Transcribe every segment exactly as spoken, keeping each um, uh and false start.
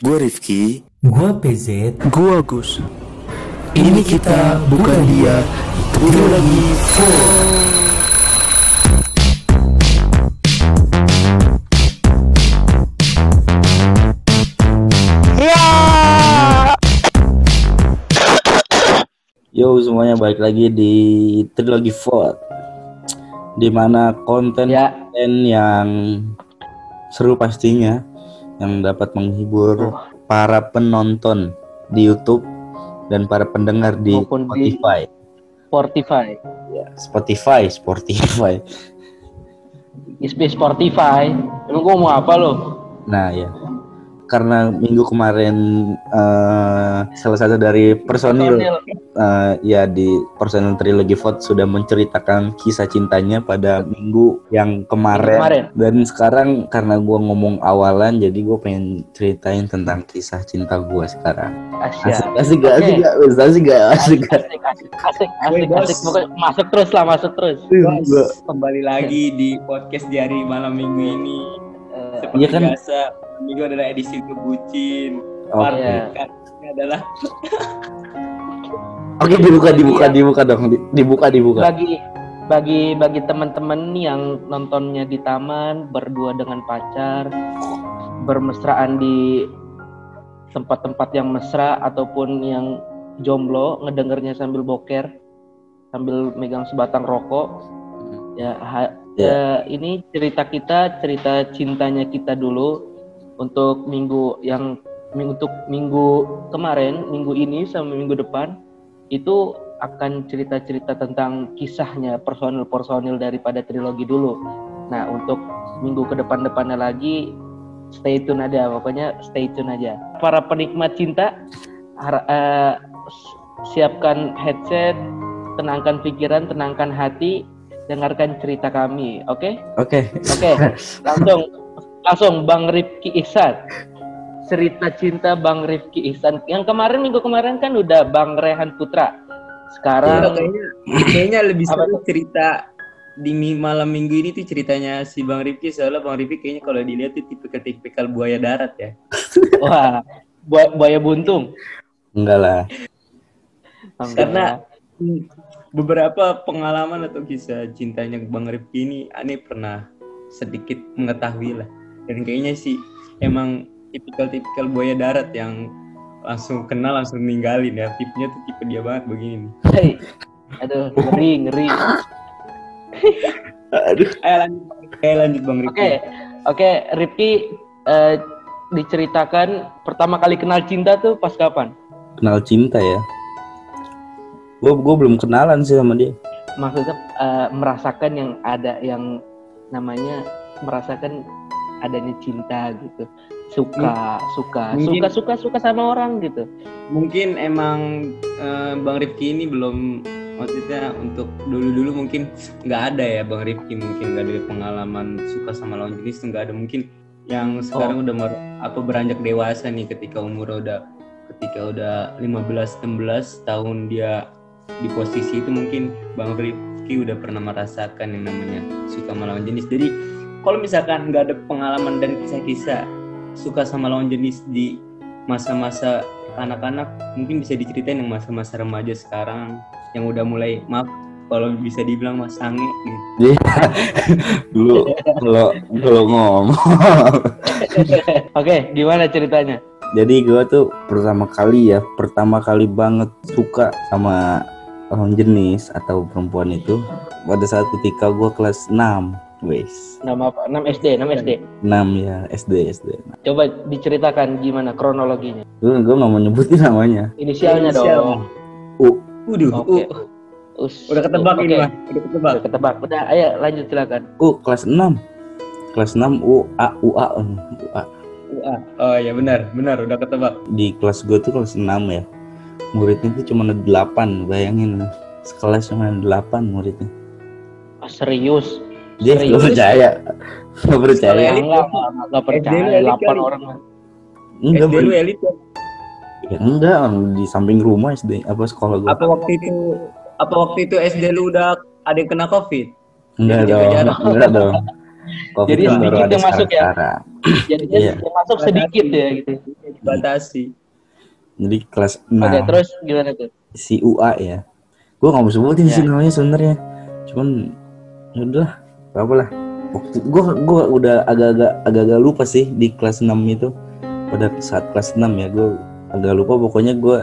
Gue Rifki. Gua P Z. Gua Gus. Ini kita bukan dia. Trio lagi full. Yo semuanya, balik lagi di Trilogi Vote, di mana konten ya. konten yang seru pastinya, yang dapat menghibur oh. para penonton di YouTube dan para pendengar di maupun Spotify. Di Spotify. Ya, Spotify, Spotify. Ispi Spotify. Emang gua mau apa lo? Nah ya. Karena minggu kemarin uh, salah satu dari personil, personil. Uh, ya di personil Trilogi Vote sudah menceritakan kisah cintanya pada minggu yang kemarin, kemarin. Dan sekarang karena gue ngomong awalan, jadi gue pengen ceritain tentang kisah cinta gue sekarang. Asyik, asik gak, asik gak, asik gak, asik gak, asik, asik, asik, asik, asik. Pokoknya masuk terus lah, masuk terus. Bos, kembali lagi di podcast di hari malam minggu ini. Seperti ya kan? Biasa, minggu adalah edisi kebucin. Part okay. Ini adalah Oke, dibuka dibuka ya. dibuka dong, dibuka dibuka. Bagi bagi bagi teman-teman yang nontonnya di taman, berdua dengan pacar, bermesraan di tempat-tempat yang mesra ataupun yang jomblo, ngedengernya sambil boker, sambil megang sebatang rokok. Ya, ha- Ya, ini cerita kita, cerita cintanya kita dulu untuk minggu yang untuk minggu kemarin, minggu ini sama minggu depan itu akan cerita-cerita tentang kisahnya personil-personil daripada trilogi dulu. Nah, untuk minggu ke depan-depannya lagi stay tune aja, pokoknya stay tune aja. Para penikmat cinta, har- uh, siapkan headset, tenangkan pikiran, tenangkan hati. Dengarkan cerita kami, oke? Okay? Oke. Okay. Oke. Okay. Langsung langsung Bang Rifki Ihsan. Cerita cinta Bang Rifki Ihsan. Yang kemarin minggu kemarin kan udah Bang Rehan Putra. Sekarang ya, kayaknya kayaknya lebih seru cerita di malam minggu ini tuh ceritanya si Bang Rifki, soalnya Bang Rifki kayaknya kalau dilihat tuh tipikal-tipikal buaya darat ya. Wah, bu- buaya buntung. Enggak lah. Karena beberapa pengalaman atau kisah cintanya Bang Rifki ini aneh pernah sedikit mengetahui lah. Dan kayaknya sih emang tipikal-tipikal buaya darat yang langsung kenal langsung ninggalin ya. Tipenya tuh tipe dia banget begini. Hey. Aduh, ngeri, ngeri. Aduh. Ayo lanjut, ayo lanjut Bang Rifki. Oke, okay. oke okay, Rifki uh, diceritakan pertama kali kenal cinta tuh pas kapan? Kenal cinta ya? Gue gue belum kenalan sih sama dia. Maksudnya uh, merasakan yang ada yang namanya merasakan adanya cinta gitu, suka hmm. suka mungkin, suka suka suka sama orang gitu. Mungkin emang uh, Bang Rifki ini belum, maksudnya untuk dulu-dulu mungkin nggak ada ya Bang Rifki, mungkin nggak ada pengalaman suka sama lawan jenis tuh nggak ada. Mungkin yang sekarang oh. udah mer- apa beranjak dewasa nih, ketika umur udah ketika udah lima belas enam belas tahun dia di posisi itu, mungkin Bang Rifki udah pernah merasakan yang namanya suka sama lawan jenis. Jadi kalau misalkan nggak ada pengalaman dan kisah-kisah suka sama lawan jenis di masa-masa anak-anak, mungkin bisa diceritain yang masa-masa remaja sekarang yang udah mulai, maaf kalau bisa dibilang mas sange gitu. Dulu kalau kalau ngomong. Oke, gimana ceritanya? Jadi gue tuh pertama kali ya, pertama kali banget suka sama lawan jenis atau perempuan itu pada saat ketika gue kelas enam, wes. Nama apa? enam S D, enam S D. enam ya, S D, S D. Coba diceritakan gimana kronologinya. Gue gue nggak mau nyebutin namanya. Inisialnya Inisial. dong. U. Udah, okay. U. Us. Udah ketebak ini, Mas. Udah ketebak. Udah ketebak. Udah, ayo lanjut silakan. U kelas enam. Kelas enam U A U A U A. U A. Oh ya benar, benar udah ketebak. Di kelas gue tuh kelas enam ya. Muridnya tuh cuma ada delapan, bayangin. Sekelas cuma ada delapan muridnya. Oh, serius? Dia nggak percaya. Nggak percaya. Enggak, enggak percaya. delapan orang. Enggak, S D lu elit ya? Ya enggak, di samping rumah S D apa sekolah gue. Apa waktu itu apa waktu itu S D lu udah ada yang kena Covid? Enggak dong, enggak dong. COVID jadi sedikit yang masuk ya. Jadi iya. yang masuk sedikit ya gitu. batasi. Jadi kelas Oke, enam terus gimana tuh? si U A ya. Gue nggak mau sebutin Ya. sih namanya sebenarnya. Cuman ya udah, apa lah. Waktu gue gue udah agak-agak agak-agak lupa sih di kelas enam itu. Pada saat kelas enam ya gue agak lupa, pokoknya gue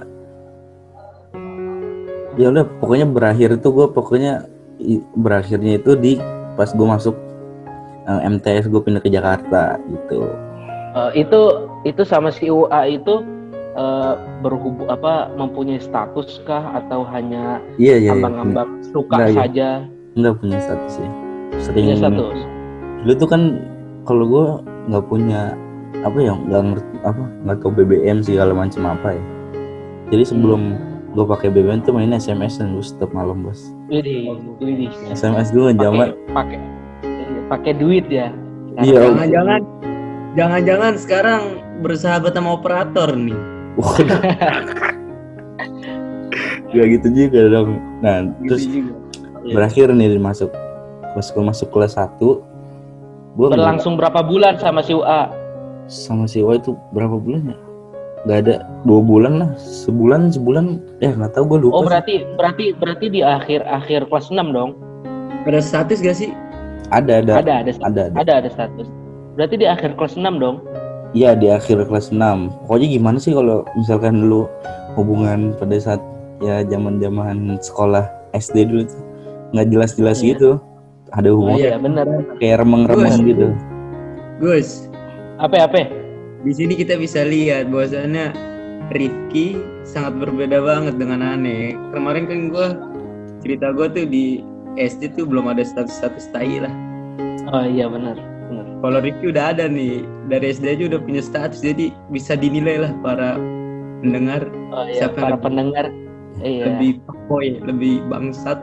ya udah pokoknya berakhir itu gue pokoknya i- berakhirnya itu di pas gue masuk eh, M T S, gue pindah ke Jakarta gitu. Eh, itu itu sama si U A itu eh, berhubung apa mempunyai status kah atau hanya Iya iya. iya. ambang-ambang suka Enggak, iya. saja Nggak punya status ya. Sering punya status? dulu tuh kan kalau gue nggak punya apa ya, nggak ngerti apa, nggak tahu B B M segala macam apa ya. Jadi sebelum gue pakai B B M tuh main S M S dan gue setiap malam bos. Widih, widih. S M S gue zaman Pakai pakai pakai duit ya. iya. Jangan-jangan jangan-jangan sekarang bersahabat sama operator nih. Waduh. Gak gitu juga dong. Nah terus Gitu juga. Iya. berakhir nih masuk pas gue masuk kelas satu, gue Berlangsung berapa bulan sama si U A? sama si Wa itu berapa bulan ya? Gak ada, dua bulan lah, sebulan sebulan ya nggak tahu, gue lupa. Oh sih. berarti berarti berarti di akhir akhir kelas enam dong? Ada status gak sih? ada ada Ada ada ada ada. ada ada status. Berarti di akhir kelas enam dong? Iya di akhir kelas enam. Pokoknya gimana sih kalau misalkan dulu hubungan pada saat ya zaman-zaman sekolah S D dulu tuh nggak jelas-jelas Iya. gitu. Ada Oh hubungan iya benar. kayak remeng-remeng Gus. gitu. Gus, Apa apa? di sini kita bisa lihat bahwasannya Rifki sangat berbeda banget dengan Ane. Kemarin kan gue cerita gue tuh di S D tuh belum ada status-status tai lah. Oh iya benar benar. Kalau Rifki udah ada nih, dari S D aja udah punya status, jadi bisa dinilai lah para pendengar Oh iya Siapa para lebih- pendengar. Iya. lebih fuckboy, lebih bangsat.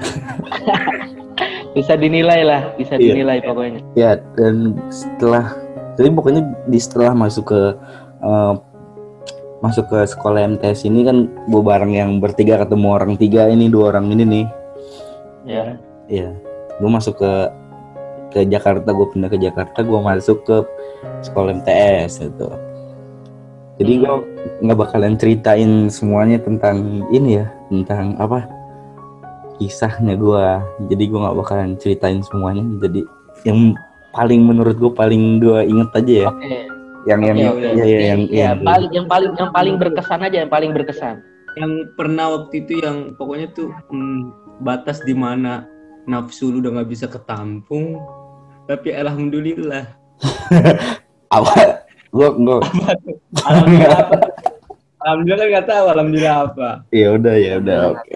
Bisa dinilai lah, bisa Iya. dinilai pokoknya. Ya dan setelah jadi pokoknya di setelah masuk ke eh, masuk ke sekolah M T S ini kan gue bareng yang bertiga, ketemu orang tiga ini, dua orang ini nih. Ya. Iya, gue masuk ke ke Jakarta, gue pindah ke Jakarta, gue masuk ke sekolah M T S gitu. Jadi gue nggak bakalan ceritain semuanya tentang ini ya, tentang apa kisahnya gue. Jadi gue nggak bakalan ceritain semuanya. Jadi yang paling menurut gue paling gue inget aja ya, Oke. yang yang Oke, ya, oke. ya, ya, yang Ya, yang paling yang paling yang paling berkesan aja, yang paling berkesan. Yang pernah waktu itu yang pokoknya tuh hmm, batas di mana nafsu lu udah nggak bisa ketampung, tapi alhamdulillah. apa? Gue gue Alhamdulillah apa? Alhamdulillah kan nggak tahu alhamdulillah apa. ya udah ya udah oke.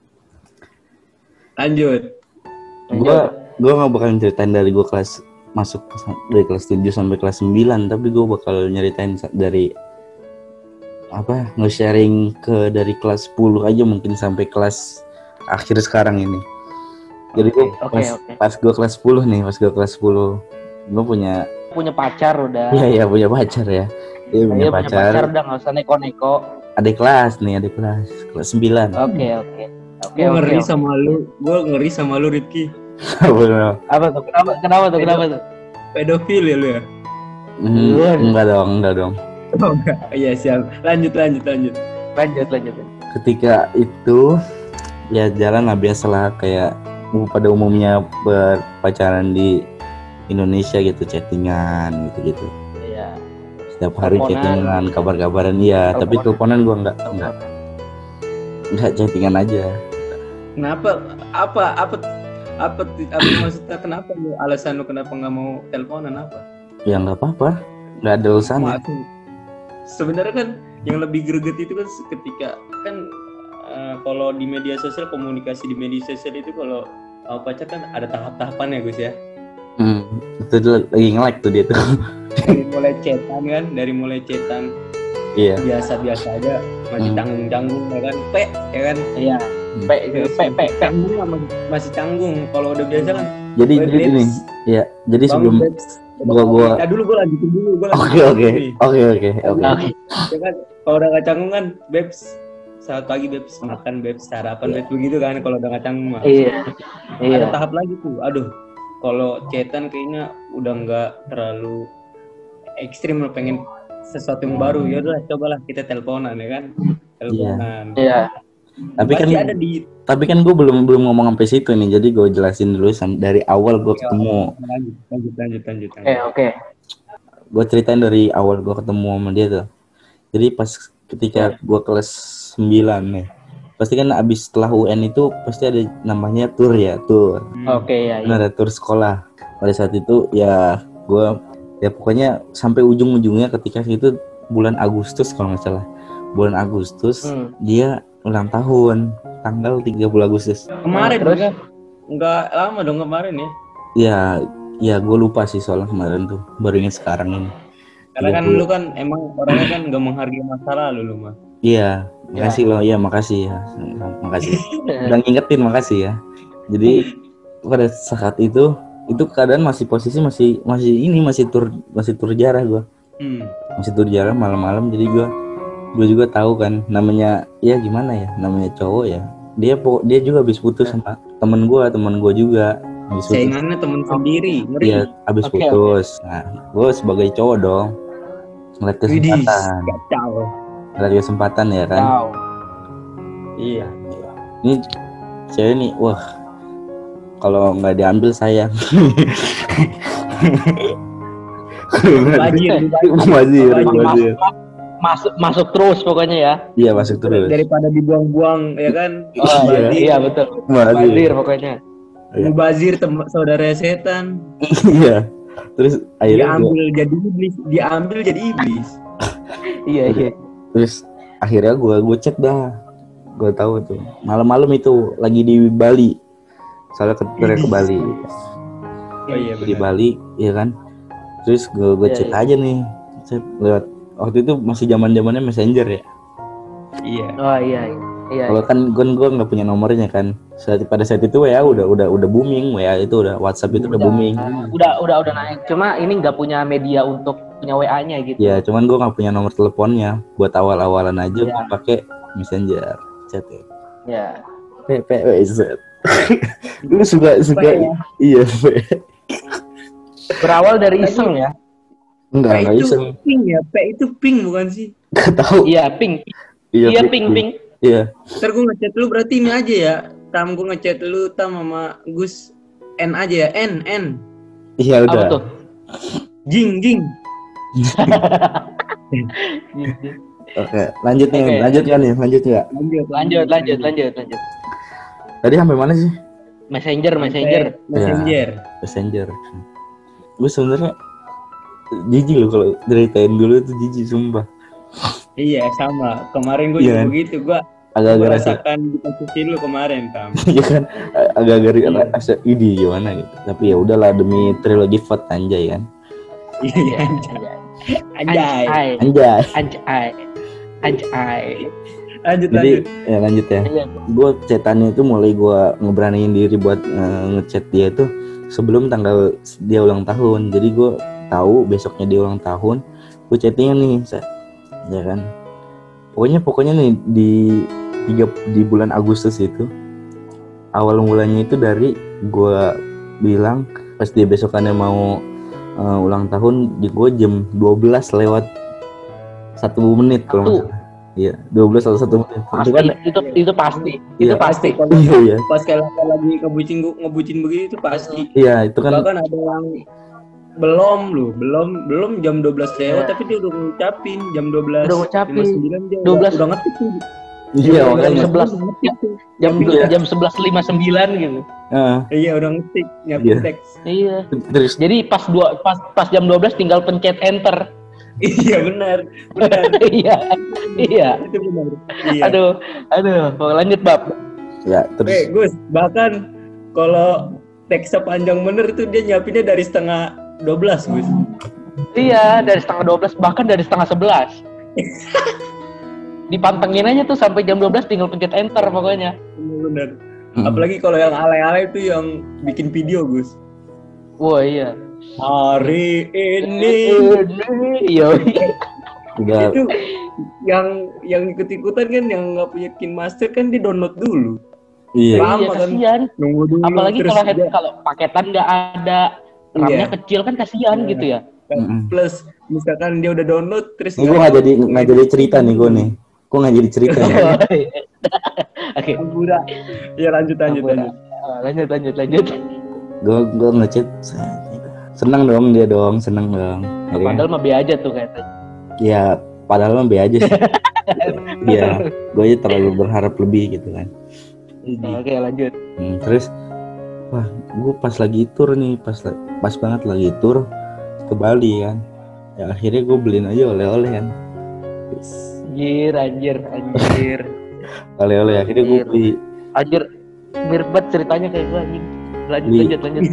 Lanjut. Gue gue nggak bakalan ceritain dari gue kelas masuk dari kelas tujuh sampai kelas sembilan, tapi gue bakal nyeritain sa- dari apa nge-sharing ke dari kelas sepuluh aja mungkin sampai kelas akhir sekarang ini. Jadi gue Oke, pas, oke. pas gue kelas sepuluh nih, pas gue kelas sepuluh gue punya punya pacar udah. iya iya punya pacar ya. Dia punya Dia punya pacar, pacar udah nggak usah neko-neko. adik kelas nih, adik kelas kelas sembilan. Oke oke. Oke Gue oke. ngeri oke. sama lu, gue ngeri sama lu Rifki. Bener. Apa tuh? Kenapa kenapa tuh? Kenapa tuh? Pedofil ya lu ya? Hmm, Waduh. enggak dong, enggak dong. Oh enggak. Iya siap. Lanjut lanjut lanjut. Lanjut lanjut. Ketika itu ya jalan lah biasalah kayak uh, pada umumnya berpacaran di Indonesia gitu, chattingan gitu-gitu. Iya. Setiap hari Teleponan. chattingan, kabar-kabaran iya, tapi Teleponan. teleponan gua enggak enggak enggak chattingan aja. Kenapa? Apa apa apa apa maksudnya kenapa lu alasan lu kenapa nggak mau teleponan apa? Ya enggak apa-apa. Enggak ada alasan. Maaf. Sebenarnya kan yang lebih greget itu kan ketika kan eh, kalau di media sosial, komunikasi di media sosial itu kalau uh, pacar kan ada tahap-tahapan ya Gus ya. Hmm, itu dulu lagi nge-like tuh dia tuh. Dari mulai chatan kan, dari mulai chatan Iya. biasa-biasa aja masih Hmm. canggung-canggung ya kan, pe ya kan. Iya. P P P P. Canggung lah, masih, masih canggung. Kalau udah biasa kan. Jadi "Woi, jadi Babes, ini ya, jadi bangun, sebelum Babes." gua- gua- Nah, dulu gue lanjutin dulu, gue Oke oke. Oke oke oke. Oke. Ya kan, kalau udah gak canggung kan, Babes, selamat pagi Babes, makan Babes, sarapan Babes, begitu kan kalau udah gak canggung mah. Iya. Iya. Ada tahap lagi tuh, aduh, kalau chatan kayaknya udah nggak terlalu ekstrim, lo pengen sesuatu yang baru, ya udah cobalah kita teleponan ya kan. Teleponan. Iya. Tapi kan Pasti ada di tapi kan gue belum belum ngomong sampai situ nih. Jadi gue jelasin dulu sam- dari awal gue ketemu. lanjut lanjut lanjut lanjut. Oke, oke. Gue ceritain dari awal gue ketemu sama dia tuh. Jadi pas ketika gue kelas sembilan nih. Pasti kan abis setelah U N itu pasti ada namanya tur ya, tur. Oke, ya, Kan ya. ada tur sekolah. Pada saat itu ya gue ya pokoknya sampai ujung-ujungnya ketika itu bulan Agustus kalau nggak salah. Bulan Agustus Hmm. dia ulang tahun tanggal tiga puluh Agustus. Kemarin Terus? kan? Enggak lama dong kemarin ya. Ya, ya gue lupa sih soalnya kemarin tuh. Baru ingat sekarang ini. Karena kan tiga puluh. lu kan emang orangnya kan gak menghargai masa lalu lu mah. Iya, makasih loh. Iya, makasih ya. Makasih. Udah ngingetin, makasih ya. Jadi pada saat itu itu keadaan masih posisi masih masih ini masih tur masih tur jarah gue. Hmm. Masih tur jarah malam-malam jadi gue gue juga tahu kan namanya ya gimana ya namanya cowok ya. Dia po- dia juga habis putus sama temen gue, temen gue juga habis putus. Saingannya temen sendiri, ngeri. Iya, habis Oke, putus. Nah, gue sebagai cowok dong ngeliat Widih, kesempatan, kacau. ngeliat kesempatan ya kan. Wow. Iya. Ini cewek nih, wah kalau nggak diambil sayang. Bajir, Wazir, Bajir. wazir. Masuk masuk terus pokoknya ya. Iya masuk terus. daripada dibuang-buang ya kan. Oh, iya, iya betul. Bazir Wazir. pokoknya. Iya. Mubazir tem- saudara setan. Iya. Terus akhirnya gua, Diambil jadi iblis, diambil jadi iblis. Iya, iya. terus akhirnya gue gue chat dah. Gue tahu tuh. Malam-malam itu lagi di Bali. Soalnya ke, ke Bali. Oh iya Di benar. Bali, ya kan. Terus gue gue Iya, chat iya. aja nih. Chat lewat waktu itu masih zaman-zamannya Messenger ya. Iya. Oh iya, iya. Iya. Kalau kan gue gue nggak punya nomornya kan. Saat pada saat itu W A udah udah udah booming, W A itu udah WhatsApp itu udah, booming. Udah udah udah naik. Cuma ini nggak punya media untuk punya W A-nya gitu. Ya, cuman gue nggak punya nomor teleponnya. Buat awal-awalan aja Iya. gue pakai Messenger chat ya. Ya. P P W Z. Lu suka suka P ya? iya P. Berawal dari iseng ya. Enggak P enggak itu iseng. pink ya, P itu pink bukan sih? Enggak tahu. Iya, pink. Iya, pink, pink. Iya. Ntar gue ngechat lu berarti ini aja ya. Tam gue ngechat lu Tam sama Gus N aja ya, N N. Iya Apa udah. tuh? Jing jing. Oke, lanjut nih, Oke. lanjut kan nih, lanjut nggak? Lanjut Lanjut, lanjut, lanjut, lanjut. Tadi sampai mana sih? Messenger, messenger. Messenger. Messenger. Gue sebenarnya jijik loh kalau ceritain dulu itu jijik sumpah. Iya sama. Kemarin gue Iya. juga begitu. Gue Agak-agak rasa, merasakan di posisi lu kemarin Tam. ya kan, agak-agak rasa ini gimana gitu. Tapi ya udahlah demi trilogi vote anjay kan. Iya anjay. Anjay. Anjay. Anjay. Anjay. Anjay. Lanjut Jadi lanjut. ya lanjut ya. Iya. Gue chatannya itu mulai gue ngeberaniin diri buat eh, ngechat dia tuh sebelum tanggal dia ulang tahun. Jadi gue tahu besoknya dia ulang tahun, gue chattingnya nih, sa- ya kan. Pokoknya pokoknya nih di tiga di bulan Agustus itu awal mulanya itu dari gue bilang pas dia besokannya mau eh, ulang tahun di gue jam dua belas lewat satu menit kalau nggak Satu. salah. Iya, dua belas atau satu menit. Itu Pasti, kan itu itu pasti. Iya. Itu pasti. iya iya. Pas kalau lagi ngebucin ngebucin begitu itu pasti. Iya, itu kan Bahkan ada yang belum lu, belum belum jam dua belas lewat Iya. tapi dia udah ngucapin jam dua belas. Udah ngucapin. lima puluh sembilan dia dua belas. udah, udah ngetik tuh. iya jam makanya. sebelas. Udah ngetik tuh. Jam Iya. jam sebelas lima puluh sembilan gitu. Ah, Iya udah ngetik, Iya. ngetik teks. Iya. terus Jadi pas dua pas pas jam dua belas tinggal pencet enter. Iya benar, benar. Iya. Iya. Itu benar. Iya. Aduh, aduh. Mau lanjut, Bab. ya terus Eh Gus, bahkan kalau teksnya panjang bener itu dia nyiapinnya dari setengah dua belas Gus. Iya, dari setengah dua belas bahkan dari setengah sebelas. Dipantengin aja tuh sampai jam dua belas tinggal pencet enter pokoknya. Bener. Mm. Apalagi kalau yang alay-alay itu yang bikin video Gus. Wah, iya. Hari ini Iya. udah itu yang yang ikut-ikutan kan yang nggak punya Kin Master kan di download dulu. iya Lama Iya, kan. kasihan. Nunggu dulu. Apalagi terus kalau head dia- kalau paketan nggak ada, RAM-nya Iya. kecil kan kasihan Iya. gitu ya. Mm-mm. Plus misalkan dia udah download terus Ini gue nggak jadi nggak jadi cerita nih gue nih. Gue nggak jadi cerita nih. Oke. Ampura. Ya lanjut lanjut Ampura. lanjut. Oh, lanjut lanjut lanjut. Gue gue ngechat. Seneng dong dia dong, seneng dong. Akhirnya, Padahal mah be aja tuh kayaknya. ya padahal mah be aja sih. Iya, gue aja terlalu berharap lebih gitu kan. Oke, lanjut. Hmm, terus, wah, gue pas lagi tur nih, pas pas banget lagi tur ke Bali kan. Ya akhirnya gue beliin aja oleh-oleh kan. Terus, Anjir, anjir, anjir. oleh-oleh akhirnya gue Anjir. beli. Anjir, mirip banget ceritanya kayak gue anjing. Lanjut, Beli. lanjut, lanjut.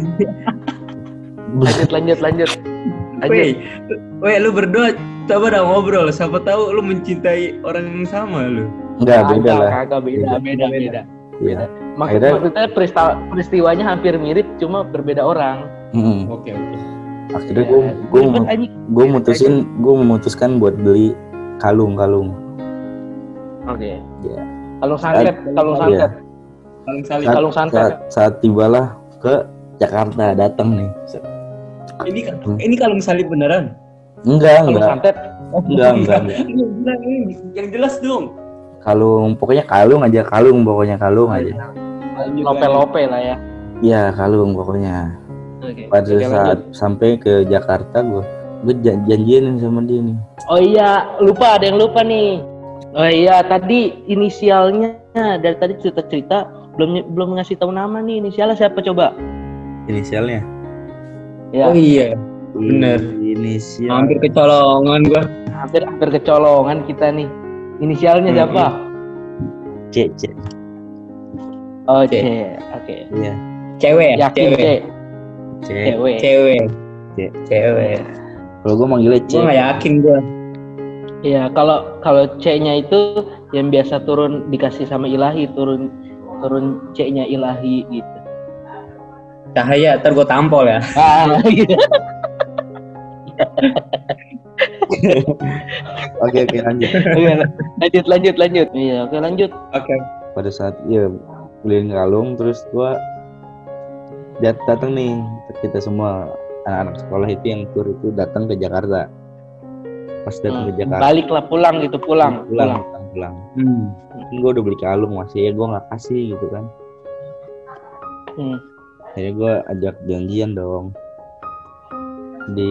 Lanjut, lanjut, lanjut. Lanjut. Weh, weh lu berdua coba dah ngobrol, siapa tahu lu mencintai orang yang sama lu. Enggak beda Kagak, lah. Kagak beda, beda, beda. Iya. Maksud, Akhirnya- maksudnya peristiwa, peristiwanya hampir mirip, cuma berbeda orang. Hmm. Oke oke. Akhirnya gue gue Mirip banget, anjing. gue mutusin gue memutuskan buat beli kalung-kalung. Oke. Iya. Kalung santet, kalung Iya. santet. Paling salib. Saat, Kalung santet. saat, saat tibalah ke Jakarta datang nih. Ini ini kalung salib beneran? Enggak, Kalung enggak. santet. Enggak, enggak, enggak. Lu bilang ini yang jelas dong. Kalung, pokoknya kalung aja, kalung pokoknya kalung aja. Lanjut, Lope-lope lah ya. Iya, kalung pokoknya. Oke. Pada Oke, saat lanjut. sampai ke Jakarta gue gue jan- janjian sama dia nih. Oh iya, lupa, ada yang lupa nih. Oh iya, tadi inisialnya dari tadi cerita-cerita belum belum ngasih tahu nama nih. Inisialnya siapa coba? Inisialnya. Ya, Oh iya, bener. Inisial. hampir kecolongan gua. hampir hampir kecolongan kita nih. Inisialnya Hmm, siapa? C C. Oh, C. C. Oke. Iya, Cewek, ya? Yakin C. cewek. C. Cewek. Cewek. C. Cewek. Kalau gue manggilnya C. Gua nggak yakin gua. Iya, kalau kalau C-nya itu yang biasa turun dikasih sama Ilahi, turun turun C-nya Ilahi gitu. Cahaya, ntar gua tampol ya. Ah, gitu. Oke oke lanjut. Oke, lanjut lanjut lanjut. Iya, oke lanjut. Oke. Pada saat ya beliin kalung terus gue dat datang nih kita semua anak-anak sekolah itu yang tur itu datang ke Jakarta. Pas datang ke Hmm, Jakarta. baliklah pulang gitu, pulang, pulang pulang. pulang, pulang. Hmm. Gue udah beli kalung masih ya gue nggak kasih gitu kan. Hmm. Akhirnya gue ajak janjian dong di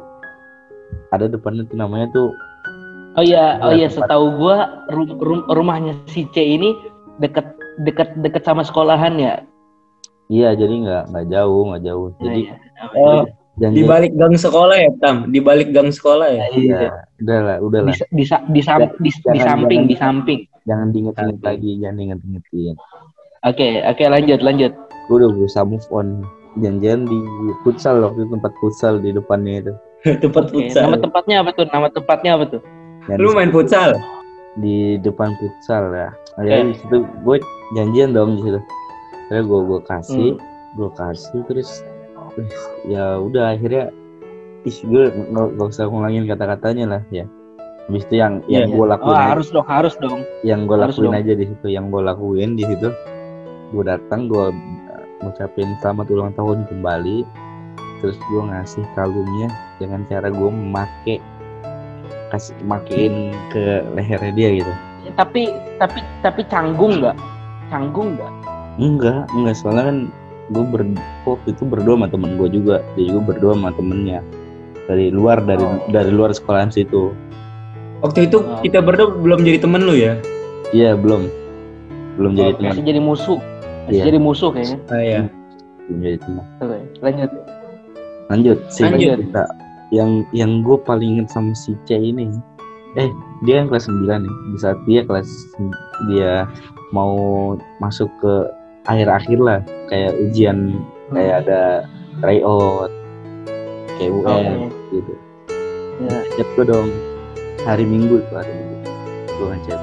ada depannya tuh namanya tuh Oh iya, oh iya, Tempat- setahu gua rum- rum- rumahnya si C ini deket deket deket sama sekolahan ya. iya jadi nggak nggak jauh nggak jauh jadi Nah, iya. Oh, janji di balik gang sekolah ya, Tam? Di balik gang sekolah ya? iya udah lah udah di, lah di, sa- di, sam- di, di Jangan- samping, jangan- di samping. jangan diinget-inget Oke. lagi jangan diinget-ingetin Oke, oke lanjut, lanjut. gue udah berusaha move on janjian di futsal waktu itu tempat futsal di depannya itu Tempat Oke, futsal. nama tempatnya apa tuh? Nama tempatnya apa tuh? yang Lu di, main futsal? di depan futsal ya Oke. akhirnya di situ gue janjian dong di situ akhirnya gue gue kasih Hmm. gue kasih terus terus ya udah akhirnya ih gue nggak nggak usah ngulangin kata-katanya lah ya habis itu yang yang Iya, gue Oh, lakuin aja- harus dong, harus dong. yang gue harus lakuin dong. aja di situ yang gue lakuin di situ gue datang gue uh, ngucapin selamat ulang tahun kembali terus gue ngasih kalungnya dengan cara gue make kasih makein ke lehernya dia gitu Ya, tapi tapi tapi canggung nggak? Canggung nggak? enggak enggak soalnya kan gue ber waktu itu berdua sama temen gue juga dia juga berdua sama temennya dari luar dari Oh. dari luar sekolahan situ Waktu itu Oh. kita berdua belum jadi temen lu ya? iya belum belum jadi Oke. teman Masih jadi musuh. Masih Iya. jadi musuh kayaknya. Ah, iya. belum jadi teman Oke, lanjut. lanjut si Lanjut. cerita yang yang gue paling inget sama si C ini eh dia yang kelas sembilan nih di saat dia kelas dia mau masuk ke akhir-akhir lah kayak ujian kayak ada tryout kayak U N gitu Ya. chat gue dong hari Minggu tuh hari Minggu gue ngechat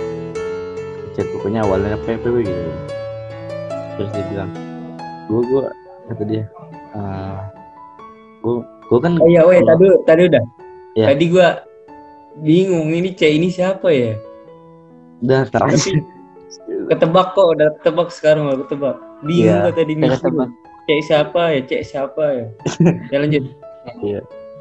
chat pokoknya awalnya P P W gitu terus dia bilang gue gue kata dia gue gue kan Oh iya, weh, tadi tadi udah. Iya. Tadi gua bingung ini C ini siapa ya? udah tahu Tapi ketebak kok, udah ketebak sekarang udah ketebak. Bingung Iya, gua tadi udah mikir. ketebak. C siapa ya? C siapa ya? Ya lanjut. Iya.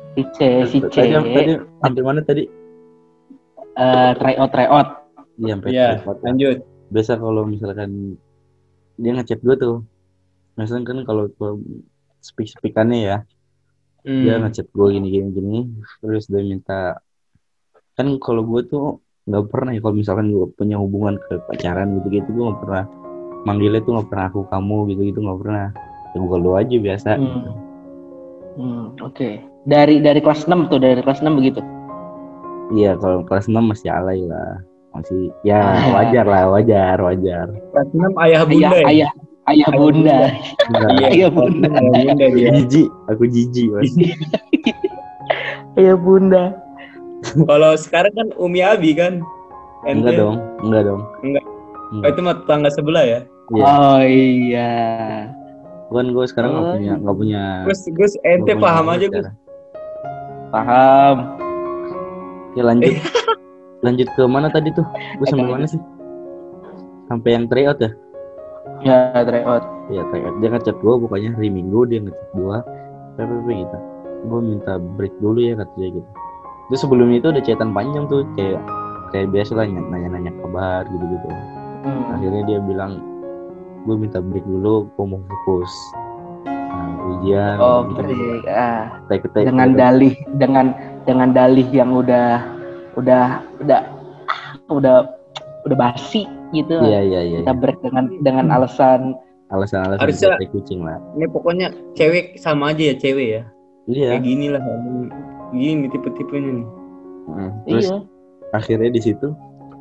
Si C, si C. Tadi, tadi sampai mana tadi? Eh, try out, try out. Iya, sampai Iya, tryout. lanjut. Biasa kalau misalkan dia ngechat gue tuh, misalkan kan kalau gue speak speakannya ya, Hmm. dia ngechat gue gini gini gini, terus dia minta, kan kalau gue tuh nggak pernah ya kalau misalkan gue punya hubungan ke pacaran gitu gitu, gue nggak pernah manggilnya tuh nggak pernah aku kamu gitu gitu nggak pernah, ya gue lu aja biasa. Hmm. Gitu. Hmm, oke. Dari dari kelas enam tuh, dari kelas enam begitu. Iya, kalau kelas enam masih alay lah, masih ya Ah. wajar lah, wajar wajar. Kelas enam ayah Ayah, bunda. ya? ayah, ayah bunda. Enggak, Iya, Ayah kelas bunda. enam ayah bunda aku dia. jijik, aku jijik mas. Ayah bunda. Kalau sekarang kan Umi Abi kan. Ente- Enggak dong, enggak dong. Enggak. Oh, Enggak. itu mah tetangga sebelah ya. Iya. Oh iya. Kan gue sekarang nggak Oh. punya nggak punya. Gus, Gus, ente nggak punya paham pacar aja Gus. sekarang. Paham. Ya lanjut, lanjut ke mana tadi tuh? Gue sampai mana sih? Sampai yang tryout ya? Ya, try out. Iya tryout. Dia ngechat gue, bukannya hari Minggu dia ngechat gue, P P P gitu. Gue minta break dulu ya katanya gitu. Terus sebelumnya itu ada chatan panjang tuh, kayak kayak biasa lah nanya-nanya kabar gitu-gitu. Hmm. Akhirnya dia bilang, gue minta break dulu, gue mau fokus. Nah, ujian. Oh, gitu. break. Ah. Kita- kita- Dengan kita- dalih, dengan dengan dalih yang udah udah udah udah udah basi gitu. Iya iya iya. Kita break dengan dengan alasan Alasan-alasan Harusnya- tai kucing lah. Ini pokoknya cewek sama aja ya cewek ya. Iya. Kayak gini lah. Gini tipe-tipenya nih. Mm. Terus iya. akhirnya di situ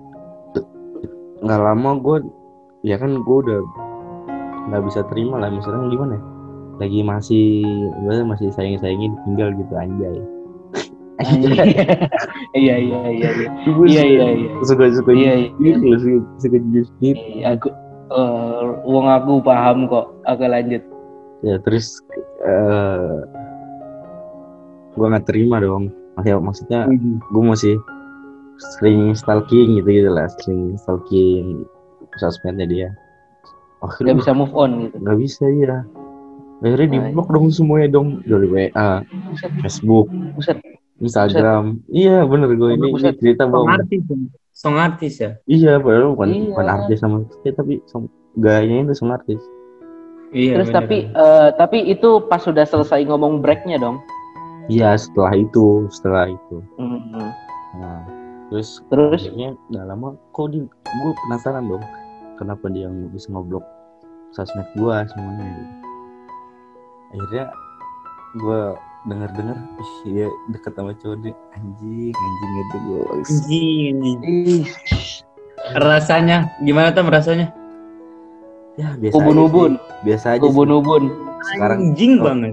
nggak lama gue, ya kan gue udah nggak bisa terima lah, misalnya gimana ya? Lagi masih gue masih sayang-sayangin tinggal gitu anjay. Iya iya iya iya. Gue Iya iya iya. suka-suka Iya, iya. gitu loh, suka suka jujur gitu. Iya, aku eh, wong aku paham kok. Oke lanjut. Ya terus eh gue nggak terima dong. Maksudnya, maksudnya gue masih sering stalking gitu gitu lah, sering stalking sosmednya dia. Akhirnya Nggak bisa move on gitu. nggak bisa ya. Akhirnya Nah, di blok dong semuanya dong, dari W A, Buset, Facebook, buset. Instagram. Iya bener gue ini, ini Buset. cerita Song bohong. artis. ya? Song artis ya. Iya padahal bukan Iya. bukan artis sama sekali, tapi song, gayanya itu song artis. Iya. Terus bener. tapi eh, tapi itu pas sudah selesai ngomong breaknya dong. Iya setelah itu, setelah itu. Hmm. Nah, terus Terus akhirnya nggak lama kok di, gue penasaran dong, kenapa dia nggak bisa ngeblok sosmed gue semuanya gitu. Akhirnya gue dengar-dengar, ih dia deket sama cowok dia, anjing anjing gitu gue. Anjing, anjing. ih, Rasanya gimana tuh rasanya? Ya biasa aja ubun-ubun, sih. Biasa aja sih. ubun-ubun. Sekarang Anjing oh. banget.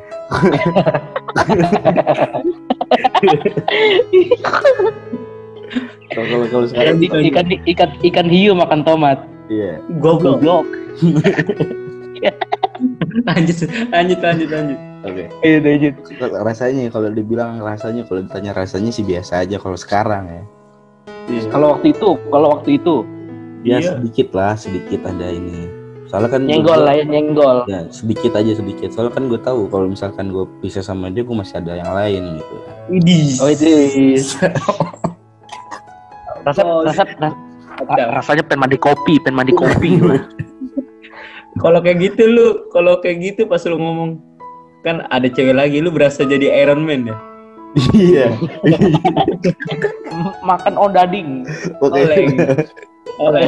kalau kalau kalau sekarang Ikan, ikan ikan ikan hiu makan tomat. iya. Goblok. Goblok. lanjut, lanjut, lanjut, lanjut. Oke. Iya, lanjut. Kalau rasanya kalau dibilang rasanya, kalau ditanya rasanya sih biasa aja kalau sekarang ya. Kalau waktu itu, kalau waktu itu Ya Iya. sedikit lah, sedikit ada ini. Soalnya kan nyenggol gua- lah ya, nyenggol. Ya sedikit aja sedikit. Soalnya kan gue tahu kalau misalkan gue pisah sama dia, gue masih ada yang lain gitu. Widih. Oh itu. Rasa, Oh, rasa, rasa, Kacau. rasanya pengen mandi kopi, pengen mandi kopi. Kalau kayak gitu lu, kalau kayak gitu pas lu ngomong kan ada cewek lagi, lu berasa jadi Iron Man ya. Iya. Makan odading. Oke. Oleng. Oleng.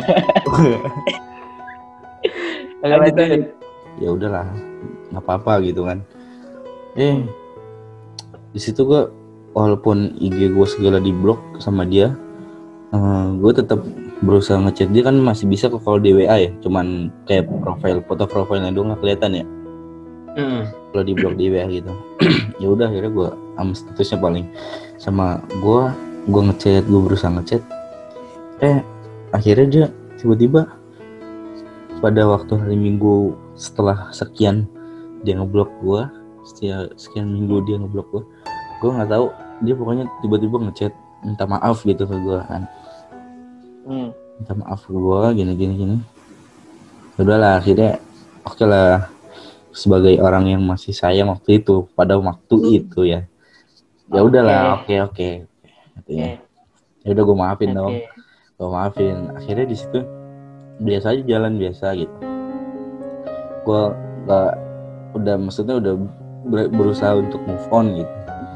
Lanjut, lanjut. Ya udahlah, nggak apa-apa gitu kan. Eh, di situ gue walaupun I G gue segala di blok sama dia, eh, gue tetap berusaha ngechat dia, kan masih bisa kok kalau di W A ya, cuman kayak profil foto profilnya doang nggak kelihatan ya. Heeh. Kalau di blog di W A gitu. Ya udah akhirnya gue sama statusnya paling sama gue gue ngechat, gue berusaha ngechat. Eh akhirnya dia tiba-tiba pada waktu hari Minggu setelah sekian dia ngeblok gue, sekian, sekian minggu dia ngeblok gue, gue nggak tahu dia pokoknya tiba-tiba ngechat minta maaf gitu ke gue kan, Hmm. minta maaf ke gue gini gini gini. Udahlah akhirnya oke lah, sebagai orang yang masih sayang waktu itu pada waktu itu ya, ya udahlah, oke oke katanya. Ya udah gue maafin Oke. dong, gue maafin. Akhirnya di situ biasa aja, jalan biasa gitu. Gue nggak, udah maksudnya udah ber- berusaha untuk move on gitu.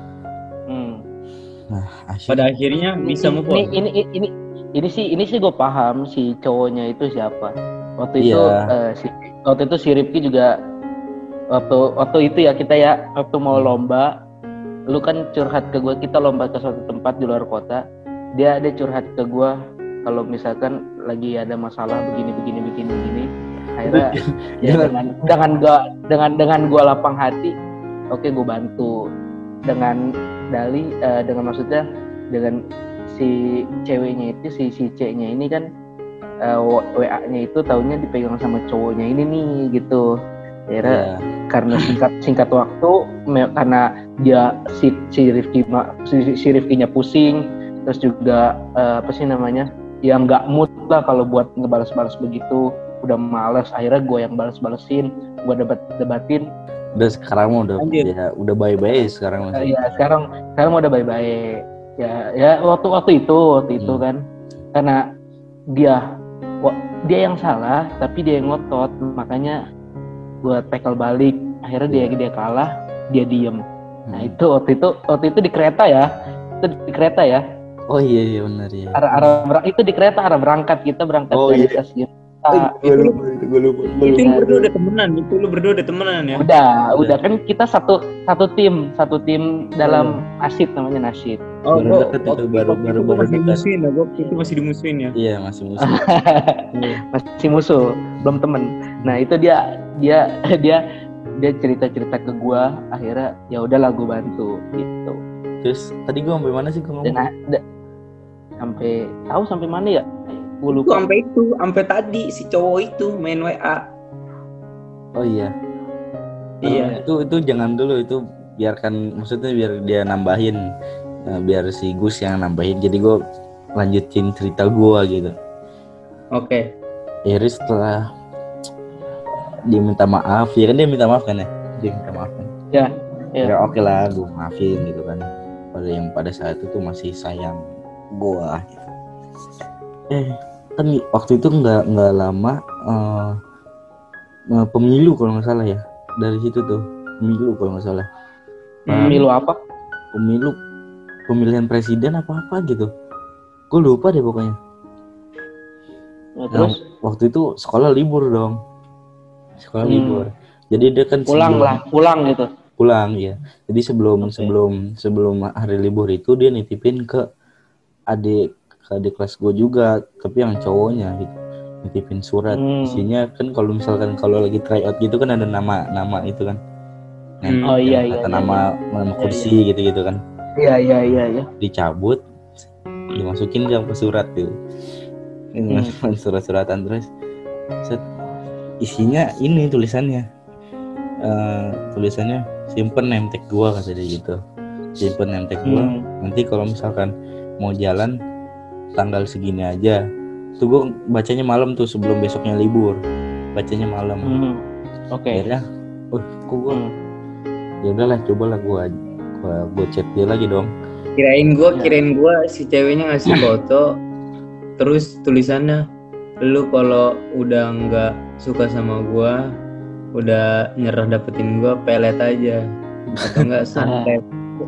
Hmm. Nah Pada akhirnya akhirnya bisa ini, move on. ini ini ini ini sih ini sih gue paham si cowoknya itu siapa. Waktu itu Iya. eh, si waktu itu si Rifki juga waktu waktu itu ya kita ya waktu mau lomba, lu kan curhat ke gue, kita lomba ke suatu tempat di luar kota. Dia ada curhat ke gue kalau misalkan lagi ada masalah begini begini begini begini. Akhirnya ya dengan dengan gua dengan dengan gue lapang hati, oke gue bantu dengan dali eh, dengan maksudnya dengan si ceweknya itu si si C-nya ini kan uh, W A-nya itu tahunya dipegang sama cowoknya ini nih gitu. Akhirnya Iya. karena singkat singkat waktu me- karena dia si si Rifki ma- si, si Rifkinya pusing, terus juga uh, apa sih namanya ya nggak mood lah kalau buat ngebalas-balas begitu, udah malas. Akhirnya gue yang balas-balesin, gue debat-debatin. Udah sekarang mah udah Lanjut. ya udah bye-bye sekarang masih. Ya sekarang sekarang udah bye-bye. Ya ya waktu waktu itu waktu itu Hmm. kan karena dia wa- dia yang salah tapi dia yang ngotot, makanya gue tackle balik. Akhirnya dia dia kalah, dia diem. Nah Hmm. itu waktu itu waktu itu di kereta ya, itu di kereta ya. Oh iya iya benar ya. Arah arah ber- itu di kereta arah berangkat, kita berangkat Oh, dari iya. stasiun. gue itu- lupa itu gue lupa. Gua Itu lupa. lu berdua udah temenan, itu lu berdua udah temenan ya. Udah, udah kan kita satu satu tim, satu tim dalam nasid namanya nasid. Oh, Baru gua- deket itu, waktu- baru- waktu baru- itu gua baru masih dekat. dimusuhin ya, gua waktu itu masih dimusuhin ya. Iya masih musuh. Masih musuh, belum temen. Nah itu dia dia dia dia cerita-cerita ke gua, akhirnya ya udahlah gua bantu gitu. Terus tadi gue sampai mana sih gue ngomong? Dan ada sampai tahu sampai mana ya? Gua Itu lupa. sampai itu, sampai tadi si cowok itu main W A. Oh iya. Iya. Itu itu jangan dulu, itu biarkan, maksudnya biar dia nambahin, eh, biar si Gus yang nambahin. Jadi gue lanjutin cerita gue gitu. Oke. Akhirnya setelah dia minta maaf, ya kan dia minta maaf kan ya? Dia minta maaf kan? Ya, ya. Ya oke lah, gue maafin gitu kan. Pada yang pada saat itu masih sayang gue. Eh kan waktu itu nggak nggak lama uh, uh, pemilu kalau nggak salah ya, dari situ tuh pemilu kalau nggak salah. Pemilu apa? Pemilu pemilihan presiden apa apa gitu, gue lupa deh pokoknya. Nah, terus Nah, waktu itu sekolah libur dong, sekolah Hmm. libur. Jadi dia kan pulang sebelum- lah, pulang gitu. pulang ya. Jadi sebelum Oke. sebelum sebelum hari libur itu dia nitipin ke adik ke adik kelas gue juga, tapi yang cowoknya gitu, nitipin surat. Hmm. Isinya kan kalau misalkan kalau lagi tryout gitu kan ada nama nama itu kan. Hmm. Oh iya Kata iya. nama nama kursi gitu-gitu kan. Iya iya iya iya. Dicabut, dimasukin ke surat gitu. Ini Hmm. surat-suratan terus set, isinya ini tulisannya. Eh, tulisannya simpen name tag gua kata dia gitu. Simpen name tag gua. Hmm. Nanti kalau misalkan mau jalan tanggal segini aja. Tuh gua bacanya malam tuh sebelum besoknya libur. Bacanya malam. Hmm. Oke. Akhirnya, oh, kok gua Hmm. ya udahlah cobalah gua gua gua chat dia lagi dong. Kirain gua, Ya. kirain gua si ceweknya ngasih foto, terus tulisannya, lu kalau udah nggak suka sama gua, udah nyerah dapetin gua, pelet aja, atau enggak santet.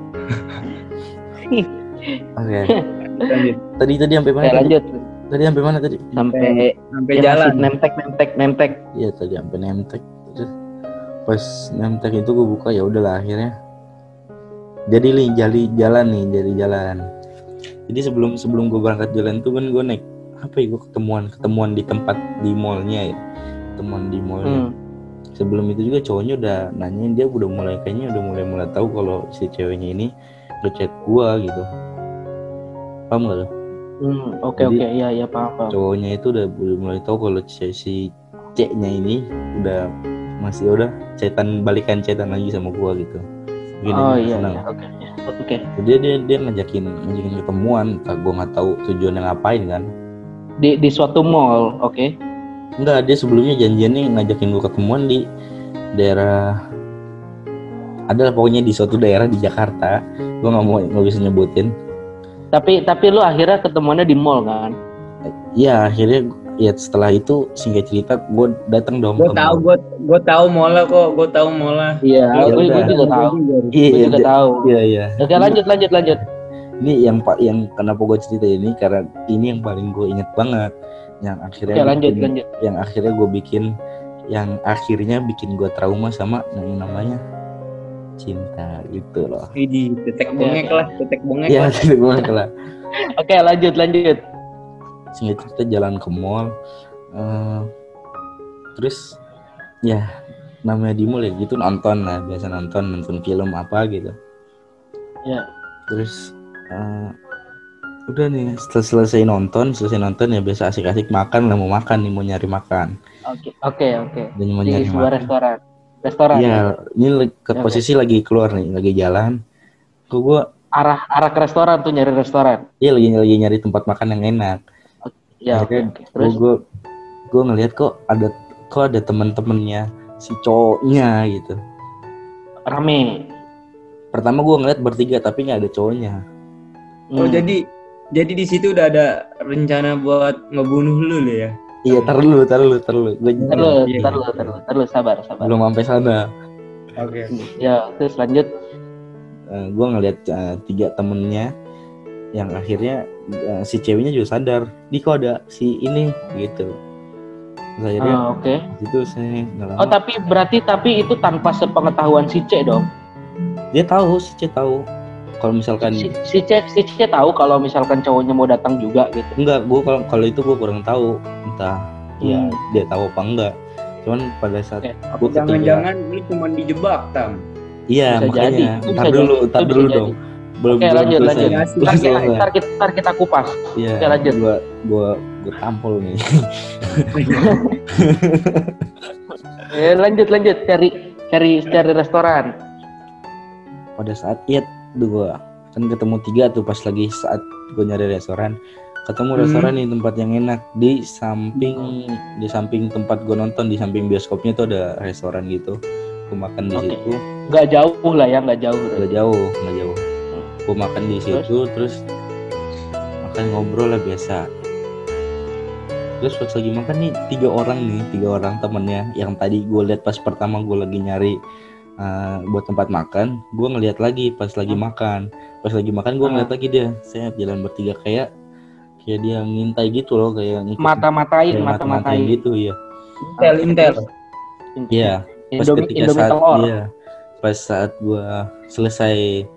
Oke. Lanjut. Tadi tadi sampai mana? Ya tadi? lanjut Tadi sampai mana tadi? sampai Sampai yang jalan. masih nemtek nemtek nemtek. Iya tadi sampai name tag. Terus pas name tag itu gue buka, ya udahlah akhirnya. Jadi nih jadi jalan nih, jadi jalan. Jadi sebelum sebelum gue berangkat jalan tuh kan gue naik apa ya, gue ketemuan ketemuan di tempat di mallnya ya, ketemuan di mallnya. Hmm. Sebelum itu juga cowoknya udah nanyain, dia udah mulai kayaknya udah mulai mulai tahu kalau si ceweknya ini ngechat gue gitu. Paham gak lo? Hmm, oke Jadi- oke, iya iya paham paham. Cowoknya itu udah udah mulai tahu kalau si, si C-nya ini udah masih udah chatan balikan chatan lagi sama gua gitu. Mungkin Oh dia iya senang. iya oke iya. Oke. Dia dia dia ngajakin ngajakin ketemuan, tak gua nggak tahu tujuannya ngapain kan. Di di suatu mall, oke. Enggak, dia sebelumnya janjiannya ngajakin gua ketemuan di daerah Ada lah pokoknya di suatu daerah di Jakarta. Gue nggak mau nggak bisa nyebutin. Tapi tapi lu akhirnya ketemuannya di mall kan? Iya akhirnya ya setelah itu singkat cerita gue datang dong. Gue ke tahu, mall. gue gue tahu mola kok, gue tahu mola. Iya, Ya gue udah. juga tahu. Iya Gue iya juga ja- tahu. iya iya. Oke, lanjut lanjut lanjut. Ini yang pak yang kenapa gue cerita ini karena ini yang paling gue inget banget. Yang akhirnya Oke, lanjut bikin- lanjut. yang akhirnya gue bikin yang akhirnya bikin gue trauma sama yang namanya cinta gitu loh. Ini tetek bengek lah, tetek bengek Iya, lah. gitu gue lah. Oke, lanjut lanjut. Singkat cerita jalan ke mall, eh, terus ya namanya di mall ya gitu nonton lah, biasa nonton nonton film apa gitu. Ya. Terus eh, udah nih setelah selesai nonton, selesai nonton ya biasa asik-asik makan lah, mau makan nih mau nyari makan. Oke oke oke. Dan mau Di nyari sebuah makan. restoran. Restoran. ya? Iya, ini li- ke Oke. posisi lagi keluar nih, lagi jalan. Kok gue, Arah arah ke restoran tuh nyari restoran. iya lagi lagi nyari tempat makan yang enak. Ya, oke. Akhirnya oke. Terus gue gue ngelihat kok ada kok ada teman-temannya si cowoknya gitu. rame. Pertama gue ngeliat bertiga tapi nggak ada cowoknya. Oh Hmm. jadi jadi di situ udah ada rencana buat ngebunuh lu lo ya? Iya, tar dulu, tar dulu, tar dulu. Gue Ntar lu, Iya. ntar lu, ntar lu, ntar lu, sabar, sabar. belum sampai sana. Oke. Ya, terus lanjut. Uh, gue ngeliat uh, tiga temennya yang akhirnya uh, si ceweknya juga sadar, di kok ada si ini gitu. Terus akhirnya Ah, oke. itu saya nggak lama, Oh, tapi berarti tapi itu tanpa sepengetahuan si C dong. dia tahu si C tahu kalau misalkan Si, si C si C tahu kalau misalkan cowoknya mau datang juga gitu. enggak, gue kalau kalau itu gue kurang tahu entah ya Hmm. dia tahu apa enggak. Cuman pada saat Oke. gue ketiga, Jangan-jangan lu cuma dijebak tam? iya Bisa makanya jadi, itu tar bisa dulu, jadi, tar itu bisa dulu jadi. dong. Belum Oke, belum lanjut, selesai. lanjut. Belum Ntar kita, selesai. ntar kita, ntar kita kupas. Iya, Oke, lanjut. Gua gua gua tampol nih. Eh, lanjut, lanjut. Cari, cari, cari restoran. Pada saat iya tuh gua kan ketemu tiga tuh pas lagi saat gua nyari restoran. Ketemu Hmm. restoran nih tempat yang enak di samping di samping tempat gua nonton, di samping bioskopnya tuh ada restoran gitu. Gua makan di Oke. situ. Nggak jauh lah ya, nggak jauh. Nggak jauh, nggak jauh. Gua makan di situ terus makan ngobrol lah biasa. Terus pas lagi makan nih tiga orang nih, tiga orang temennya yang tadi gue lihat pas pertama gue lagi nyari uh, buat tempat makan, gue ngeliat lagi pas lagi makan, pas lagi makan gue Hmm. ngeliat lagi dia, saya jalan bertiga kayak kayak dia ngintai gitu loh, kayak ngikutin- Mata-matain, kayak mata-matain. gitu ya. Intel, intel. Iya. Pas Indomie, ketika Indomie saat telur. iya, pas saat gue selesai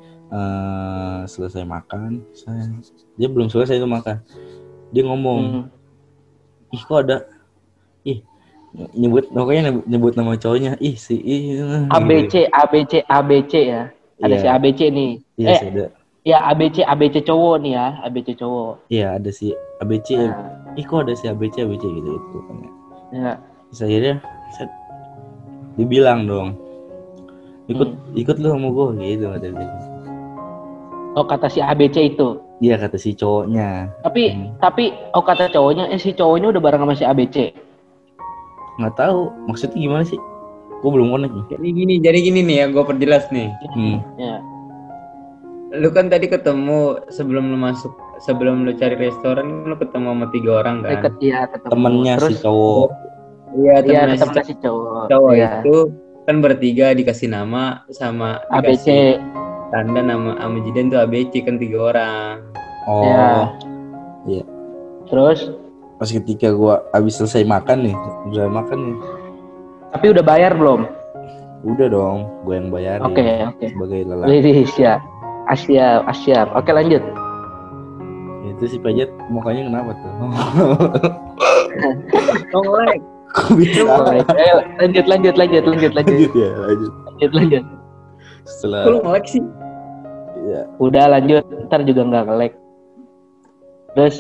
uh, selesai makan, saya, dia belum selesai tuh makan, dia ngomong. Hmm. Ih kok ada ih nyebut pokoknya nyebut, nyebut nama cowoknya ih si ih A B C, A B C, A B C ya. Ada Iya. si A B C nih. iya eh, sih ada ya A B C, A B C cowok nih ya, A B C cowok. iya ada si A B C Nah, ih kok ada si A B C A B C gitu gitu pokoknya. ya. Terus akhirnya set, dibilang dong ikut Hmm. ikut lu sama gue gitu kata dia. Oh, kata si A B C itu. Iya kata si cowoknya. Tapi Hmm. tapi oh kata cowoknya, eh si cowoknya udah bareng sama si A B C. Nggak tahu maksudnya gimana sih, gue belum connect nih. Jadi gini, jadi gini nih ya, gue perjelas nih. Hmm. Ya. Lu kan tadi ketemu sebelum lu masuk, sebelum lu cari restoran, lu ketemu sama tiga orang kan? Deket ya ketemu. Temennya Terus, si cowok. Iya, Iya, temennya si temennya si cowok. cowok Iya. itu kan bertiga dikasih nama sama A B C. dikasih tanda nama sama Jidan tuh A B C kan tiga orang. Oh Ya. Terus pas ketika gue abis selesai makan nih, udah makan nih, tapi udah bayar belum? udah dong gue yang bayarin. Oke, oke. Sebagai lelaki. Widih, siap. Asyap, asyap. Oke, lanjut. Itu si Pajat mukanya kenapa tuh? Nolek. Kok bisa? Eh, lanjut, lanjut, lanjut, lanjut, lanjut, Lanjut ya, lanjut. lanjut, lanjut. Setelah Kok lu ngelek sih? ya, Udah lanjut, ntar juga nggak nge-lag. Terus,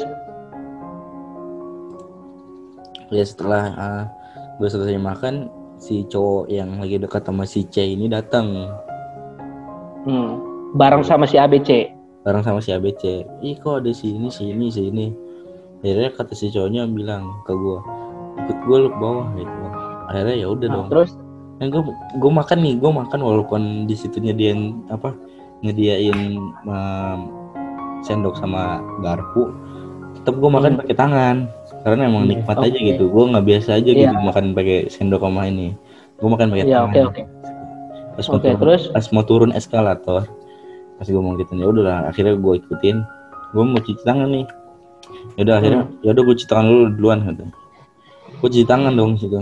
ya setelah uh, gue selesai makan, si cowok yang lagi dekat sama si C ini datang hmm, bareng sama si A B C. bareng sama si A B C. Ih kok ada si ini, si ini, si ini. Akhirnya kata si cowoknya bilang ke gue, ikut gue lu ke bawah gitu. Akhirnya ya udah Nah, dong. terus, Nah, gue gue makan nih, gue makan walaupun di situ nyediain apa nyediain um, sendok sama garpu, tetap gue makan Hmm. pakai tangan karena emang Iya. nikmat Oke. aja gitu. Gue nggak biasa aja Iya. gitu makan pakai sendok sama ini. Gue makan pakai Iya, tangan. oke oke. Pas mau Oke, turun, terus? pas mau turun eskalator, pas gue mau gitu ya udahlah, akhirnya gue ikutin. Gue mau cuci tangan nih. Ya udah akhirnya, Hmm. ya udah gue cuci tangan dulu duluan gitu. Gue cuci tangan dong situ.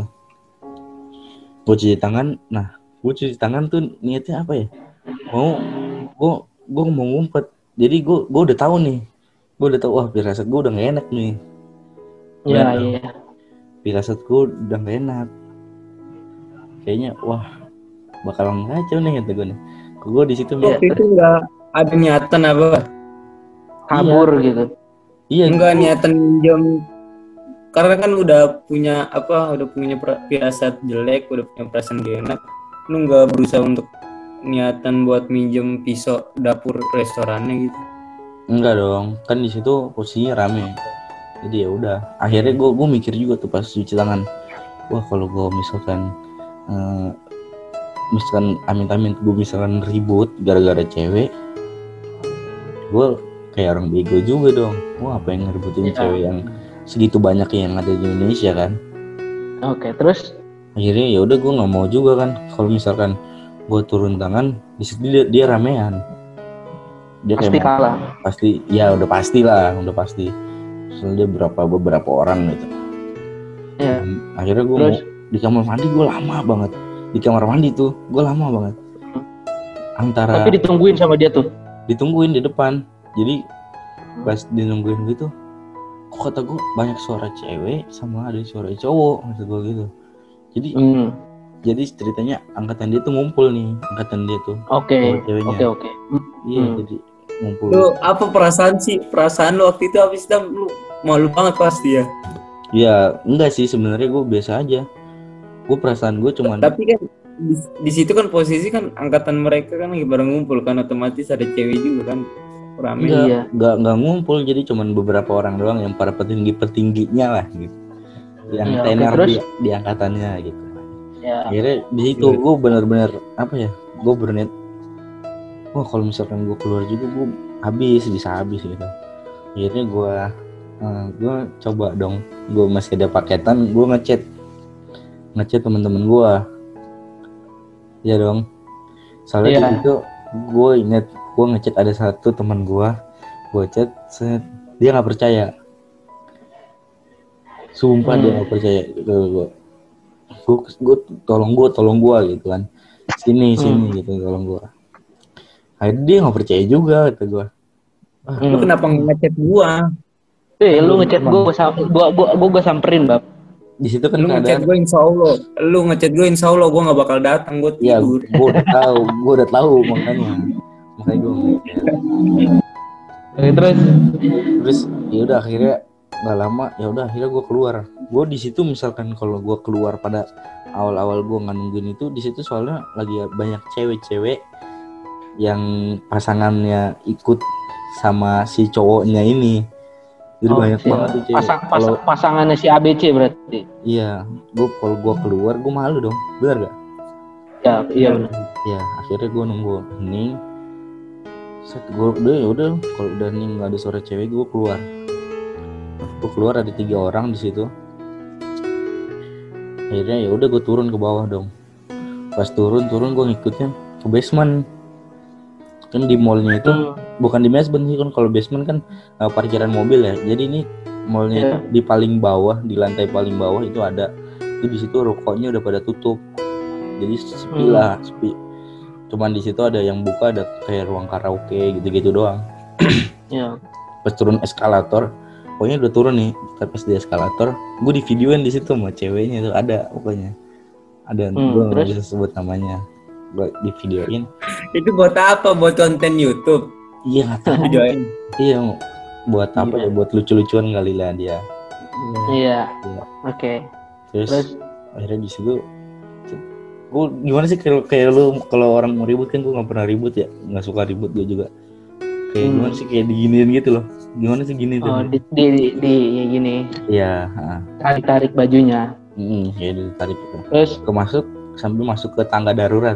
Gue cuci tangan. Nah, gue cuci tangan tuh niatnya apa ya? Mau gue gue mau ngumpet. Jadi gue gue udah tahu nih. Gue udah tahu wah firasat gue udah gak enak nih. Iya, Bener. iya. Firasat gue udah gak enak. Kayaknya wah bakalan kacau nih kata gue nih. Gue di situ Iya. Waktu itu nggak ada niatan apa? Kabur gitu. iya Enggak gua- niatan minjem. Karena kan udah punya apa? Udah punya per- firasat jelek, udah punya perasaan gak enak. Lu nggak berusaha untuk niatan buat minjem pisau dapur restorannya gitu? Enggak dong, kan di situ posisinya rame. Jadi ya udah. Akhirnya gue gue mikir juga tuh pas cuci tangan. Wah kalau gue misalkan, eh, misalkan amit-amit gue misalkan ribut gara-gara cewek, gue kayak orang bego juga dong. Wah apa yang ngeributin Iya. cewek yang segitu banyak yang ada di Indonesia kan? Oke, terus? Akhirnya ya udah gue nggak mau juga kan. Kalau misalkan gue turun tangan, di situ dia, dia ramean. Dia Pasti kayak mau- kalah. pasti ya udah pasti lah udah pasti soalnya dia berapa beberapa orang gitu. Iya. Dan akhirnya gue Terus? di kamar mandi gue lama banget di kamar mandi tuh gue lama banget antara Tapi ditungguin sama dia tuh. ditungguin di depan. Jadi pas dinungguin gitu kok kata gue banyak suara cewek sama ada suara cowok kata gue gitu. Jadi Hmm. jadi ceritanya angkatan dia tuh ngumpul nih angkatan dia tuh Oke. sama ceweknya. Oke, oke. Iya Hmm. jadi ngumpul. Lu apa perasaan sih? Perasaan lu waktu itu habis itu lu malu banget pasti ya. Ya enggak sih sebenarnya gue biasa aja. Gue perasaan gue cuman Tapi kan di, di situ kan posisi kan angkatan mereka kan lagi bareng ngumpul kan, otomatis ada cewek juga kan rame. enggak, Iya. enggak enggak ngumpul jadi cuman beberapa orang doang yang para petinggi-petingginya lah gitu. Yang Iya, oke, tenar terus? di, di angkatannya gitu. Ya. Akhirnya di situ Iya. gue benar-benar apa ya? Gue berniat wah kalau misalkan gue keluar juga gue habis bisa habis gitu. Akhirnya gue uh, gue coba dong. Gue masih ada paketan, gue ngechat ngechat teman-teman gue. Ya dong. Soalnya Iya. di situ gue inget gue ngechat ada satu teman gue, gue chat, set, dia nggak percaya. Sumpah Hmm. dia nggak percaya ke gue. Gue, gue tolong gue, tolong gue gitu kan. Sini, sini Hmm. gitu, tolong gue. Akhirnya dia nggak percaya juga kata gue. Lu Hmm. kenapa ngechat gua? Eh, lu ngechat gua, gua, sam- gua, gua, gua, gua samperin, Bab. Di situ kan Lu ngechat keadaan, gua insya Allah. Lu ngechat gua insya Allah gua nggak bakal datang, gua ya tidur. gue udah tahu, gue udah tahu makanya, makanya gue ngechat. Oke, terus? Terus ya udah akhirnya nggak lama ya udah akhirnya gue keluar. Gue di situ misalkan kalau gue keluar pada awal-awal gue nggak nungguin itu di situ soalnya lagi banyak cewek-cewek yang pasangannya ikut sama si cowoknya ini. Jadi Oh, banyak siap. banget tuh cewek. Pasang, Kalau pasang, pasangannya si A B C berarti. iya, gue kalau gue keluar gue malu dong, benar gak? Ya, iya benar. Ya akhirnya gue nunggu hening. Set gue udah ya udah kalau udah hening nggak ada suara cewek gue keluar. Gue keluar ada tiga orang di situ. Akhirnya ya udah gue turun ke bawah dong. Pas turun turun gue ngikutnya ke basement. Kan di mallnya itu Hmm. bukan di basement sih kan, kalau basement kan uh, parkiran mobil ya. Jadi ini mallnya Iya. itu di paling bawah, di lantai paling bawah itu ada. Itu di situ rukonya udah pada tutup. Jadi sepi Hmm. lah, sepi. Cuman di situ ada yang buka, ada kayak ruang karaoke gitu-gitu doang. Ya. Pas turun eskalator, pokoknya udah turun nih. Pas di eskalator, gue di videoin di situ sama ceweknya itu ada pokoknya. Ada, Hmm, gue nggak terus? bisa sebut namanya. Gue di videoin. Itu buat apa? Buat konten YouTube. Iya nggak tahu. Videoin. Iya buat apa Iya. ya? Buat lucu-lucuan kali lah dia. Iya. Iya. Oke. Terus, Terus? akhirnya di situ, gue gimana sih kalau kayak lu kalau orang mau ribut kan gue nggak pernah ribut ya, nggak suka ribut gue juga. Kayak Hmm. gimana sih kayak diginiin gitu loh? Gimana sih gini tuh? Oh, di, di, di, di ya gini, Iya. ah. tarik-tarik bajunya. Mm, kayak ditarik gitu. Terus? Kemasuk sampai masuk ke tangga darurat.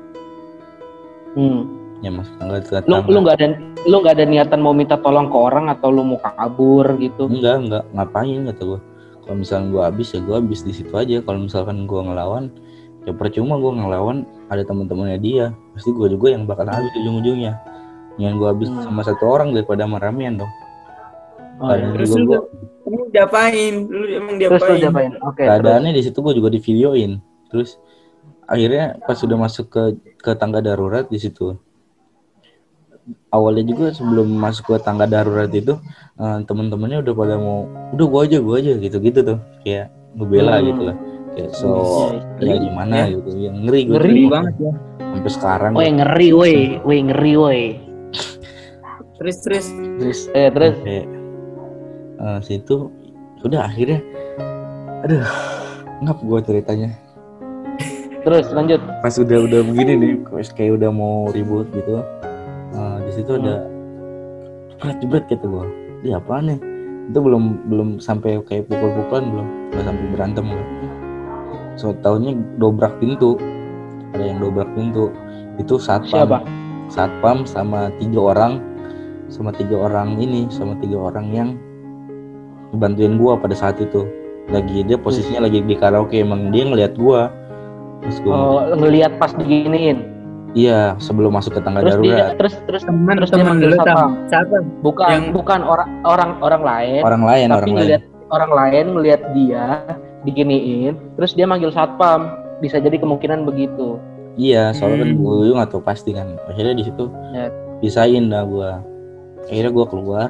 Hmm. Ya masuk tangga ke Lu tangga. lu nggak ada lu nggak ada niatan mau minta tolong ke orang atau lu mau kabur gitu? Enggak, enggak, ngapain kata gue. Kalau misalkan gue habis ya gue habis di situ aja. Kalau misalkan gue ngelawan, ya percuma gue ngelawan, ada teman-temannya dia, pasti gue juga yang bakal habis ujung-ujungnya. Yang gue habis Hmm. sama satu orang daripada sama ramean dong. Oh, iya. Terus juga lu, gua, lu diapain? Lu emang Terus lu diapain? diapain? Oke. keadaannya di situ gue juga di videoin. Terus akhirnya pas sudah masuk ke ke tangga darurat di situ. Awalnya juga sebelum masuk ke tangga darurat itu uh, teman-temannya udah pada mau, udah gua aja gua aja gitu-gitu tuh, kayak ngebela Hmm. gitu lah, kayak so Iya, ya gimana ya. gitu, yang ngeri gue Ngeri tuh. banget ya. Sampai sekarang Woi gua- ngeri woi, woi ngeri woi. Terus terus. Terus eh terus sampai uh, situ udah akhirnya, aduh ngap gua ceritanya. terus lanjut. Pas udah udah begini nih, kayak udah mau ribut gitu. Uh, di situ ada jebret jebret gitu gua. Dia apaan nih? Itu belum belum sampai kayak pukul-pukulan, belum nggak sampai berantem gak. So taunya dobrak pintu, ada yang dobrak pintu. Itu satpam. Siapa? Satpam sama tiga orang, sama tiga orang ini, sama tiga orang yang bantuin gua pada saat itu. Lagi dia posisinya lagi di karaoke, emang dia ngeliat gua. Terus gua Oh, ngelihat pas diginiin. iya, sebelum masuk ke tangga Terus dia darurat. terus terus Teman terus dia teman manggil dulu satpam. tam. Siapa? Bukan Yang- bukan orang orang orang lain. Orang lain, tapi orang lain. ngelihat orang lain ngelihat dia diginiin, terus dia manggil satpam. Bisa jadi kemungkinan begitu. Iya, soalnya kan Hmm. gue nggak tahu pasti kan. Akhirnya di situ Ya. pisahin dah gue. Akhirnya gue keluar.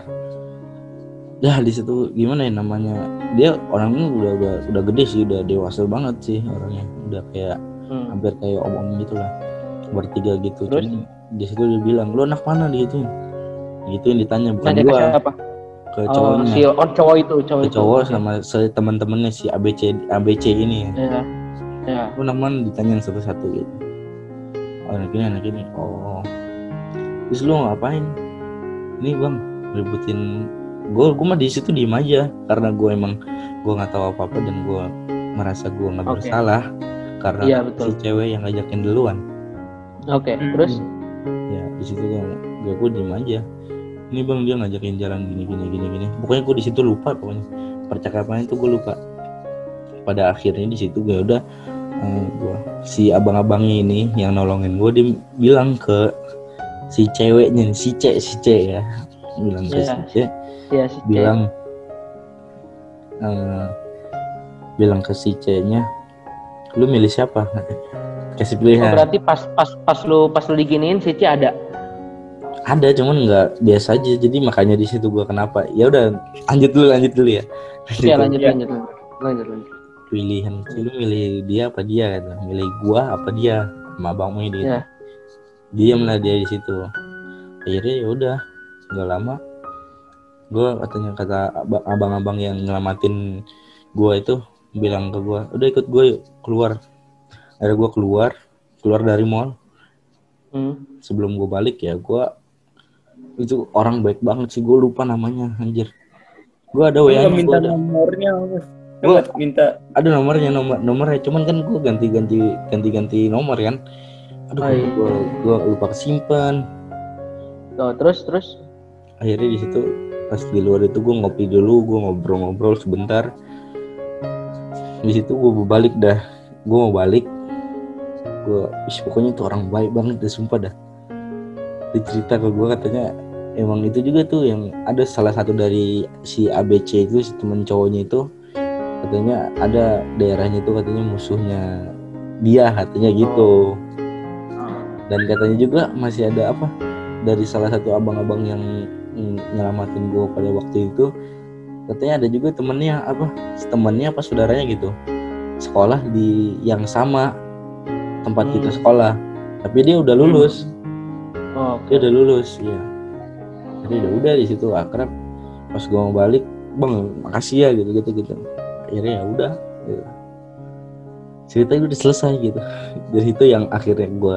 Ya di situ gimana ya namanya? Dia orangnya udah udah udah gede sih, udah dewasa banget sih orangnya. Udah kayak Hmm. hampir kayak om-om gitu lah. Bertiga gitu. Terus? Cuman di situ dia bilang, "Lu anak mana?" Gitu. Gitu yang ditanya, bukan Nanya ke gua, siapa? ke Oh, cowoknya. si oh, cowok itu, cowok Ke itu. cowok Oke. sama se- teman-temannya si A B C A B C ini ya. Ya. Ya. Lu anak mana, ditanyain satu-satu gitu. Oh, anak ini, anak ini. Oh. Terus lu ngapain? Ini bang, ributin. Gue gue mah di situ diem aja karena gue emang gue nggak tahu apa apa dan gue merasa gue nggak Oke. bersalah karena Iya, betul. si cewek yang ngajakin duluan. Oke, Hmm. terus Ya di situ gue gue gue diem aja. Ini bang dia ngajakin jalan gini gini gini gini. Pokoknya gue di situ lupa pokoknya percakapannya itu gue lupa. Pada akhirnya di situ gue udah eh, gue si abang-abangnya ini yang nolongin gue, dia bilang ke si ceweknya nih, si C si C ya, bilang ke Iya. si C, ya si C. bilang eh, bilang ke si C-nya, lu milih siapa? Kasih Oh, pilihan. berarti pas pas pas lu pas lu diginiin si C ada. Ada cuman nggak biasa aja, jadi makanya di situ gua kenapa ya udah lanjut dulu lanjut dulu ya. Iya, lanjut, Iya. lanjut lanjut lanjut lanjut. Pilihan lu milih dia apa dia kata, milih gua apa dia, sama abangmu ini. Iya. Diam lah dia di situ. Akhirnya ya udah nggak lama gua katanya kata ab- abang-abang yang nyelamatin gua itu bilang ke gua, udah ikut gue yuk keluar. Akhirnya gua keluar keluar dari mall. Hmm. Sebelum gue balik ya gue itu orang baik banget sih, gue lupa namanya anjir. Gue ada Lu W A nggak nya, minta gue ada, nomornya, Mas. Lu Gua- nggak minta. ada nomornya nomor nomornya cuman kan gue ganti ganti ganti ganti nomor kan. Aduh Oh, iya. gue gue lupa kesimpan. Tuh, terus terus Akhirnya di situ pas di luar itu gue ngopi dulu, gue ngobrol-ngobrol sebentar. Di situ gue mau balik dah, gue mau balik. Gue, pokoknya itu orang baik banget deh, sumpah dah. Dia cerita ke gue katanya emang itu juga tuh yang ada salah satu dari si A B C itu, si temen cowoknya itu katanya ada daerahnya itu katanya musuhnya dia katanya gitu. Dan katanya juga masih ada apa dari salah satu abang-abang yang mm, nyelamatin gue pada waktu itu, katanya ada juga temennya apa temennya apa saudaranya gitu sekolah di yang sama tempat Hmm. kita sekolah, tapi dia udah lulus. oh, Dia udah lulus ya, jadi udah udah di situ akrab. Pas gue mau balik, bang makasih ya gitu gitu gitu. Akhirnya ya udah gitu. Ceritanya udah selesai gitu. Dari itu yang akhirnya gue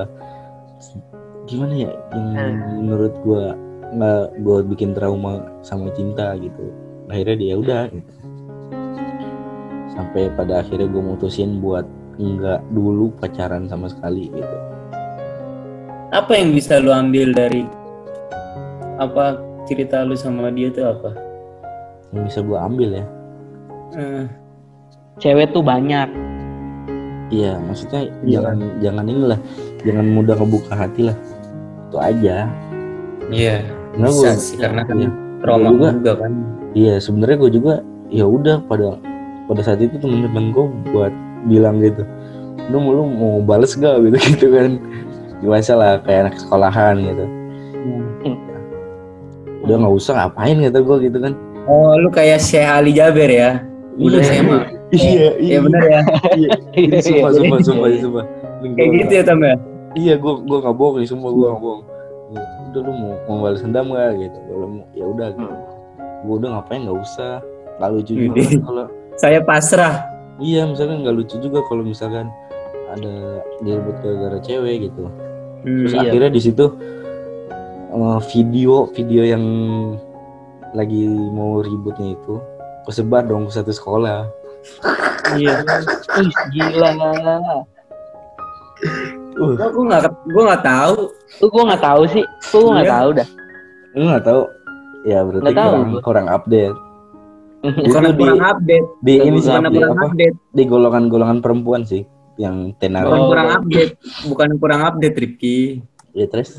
gimana ya, yang menurut gue nggak gue bikin trauma sama cinta gitu. Akhirnya dia udah gitu. Sampai pada akhirnya gue mutusin buat nggak dulu pacaran sama sekali gitu. Apa yang bisa lu ambil dari apa cerita lu sama dia tuh apa? Yang bisa gue ambil ya, Eh, Cewek tuh banyak. iya maksudnya Iya. jangan jangan inilah, jangan mudah kebuka hati lah, itu aja. Iya, Nah, bisa gua- sih karena kan iya. trauma Gua juga. juga kan. Iya sebenarnya gue juga ya udah pada pada saat itu temen-temen gue buat bilang gitu, lu mau lu mau bales gak gitu gitu kan, biasa lah kayak anak sekolahan gitu. Udah nggak usah ngapain kata gue gitu kan. Oh, lu kayak Syekh Ali Jaber ya? Udah Iya. S M A. Iya Iya benar ya. Iya. Ini sumpah sumpah sumpah sumpah. Ini Kayak gua gitu nggak- ya Tam ya? Iya gue gue nggak bohong nih, sumpah gue nggak bohong. Udah lu mau mau balas dendam gak gitu, kalau mau ya udah gitu. Gue udah ngapain nggak usah, nggak lucu juga Widih. kan kalau Saya pasrah. iya misalkan nggak lucu juga kalau misalkan ada direbut gara-gara cewek gitu. Hmm, Terus iya. akhirnya di situ eh, video video yang lagi mau ributnya itu kesebar dong ke satu sekolah. iya. Ih, gila. Uh, Gua gua nggak gua nggak tahu. Tuh gue nggak tahu sih. Tuh gue nggak Iya. tahu dah. lu nggak tahu? Ya berarti Nggak tahu kurang gua. kurang update. Bukan Itu di- kurang update. Di ini sih Bukan di kurang apa? update. Di golongan-golongan perempuan sih yang tenar. Bukan Oh. kurang update. Bukan kurang update Rifki. Ya terus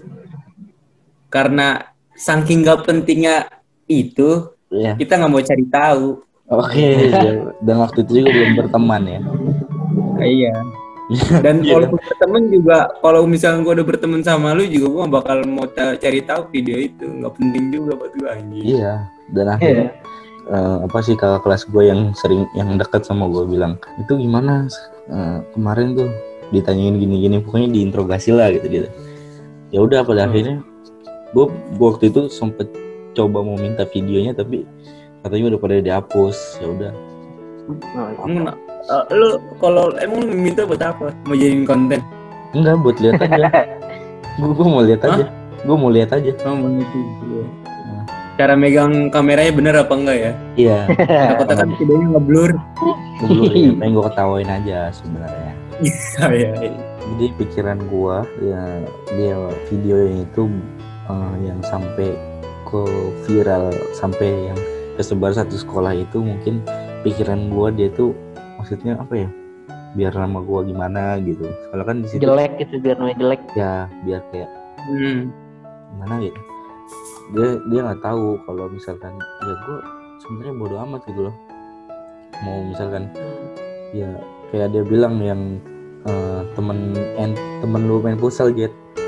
Karena saking gak pentingnya itu, ya. kita nggak mau cari tahu. Oke, ya. Dan waktu itu juga belum berteman ya. Ah, iya. Dan Iya. kalau berteman juga, kalau misalnya gue udah berteman sama lu juga, gue gak bakal mau ta- cari tahu video itu, nggak penting juga buat gue anjing. Iya. Dan akhirnya eh, apa sih kakak kelas gue yang sering yang dekat sama gue bilang, itu gimana Eh, kemarin tuh ditanyain gini-gini, pokoknya diinterogasi lah gitu gitu. Ya udah pada Hmm. akhirnya gue waktu itu sempet coba mau minta videonya tapi katanya udah pada dihapus. Ya udah. Emang, eh, lu kalau emang lu minta buat apa? Mau jadiin konten? Enggak, buat lihat aja. gue gue mau lihat aja. Gue mau lihat aja. Oh, mau itu. Cara megang kameranya bener apa enggak ya? Iya. Takutnya kan videonya ngeblur. Dulu ya, pengen gue ketawain aja sebenarnya. Iya. Jadi pikiran gue ya dia videonya itu eh, yang sampai ke viral, sampai yang kesebar satu sekolah itu, mungkin pikiran gue dia tuh maksudnya apa ya? Biar nama gue gimana gitu. Soalnya kan di situ Jelek gitu biar namanya jelek. ya biar kayak Hmm. gimana gitu. Dia dia nggak tahu kalau misalkan ya gue sebenarnya bodo amat gitu loh. Mau misalkan ya kayak dia bilang yang eh, temen en, temen lu main futsal Jet,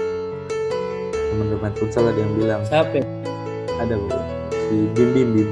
temen lu main futsal ada yang bilang Siapa? ada bu si Bim Bim Bim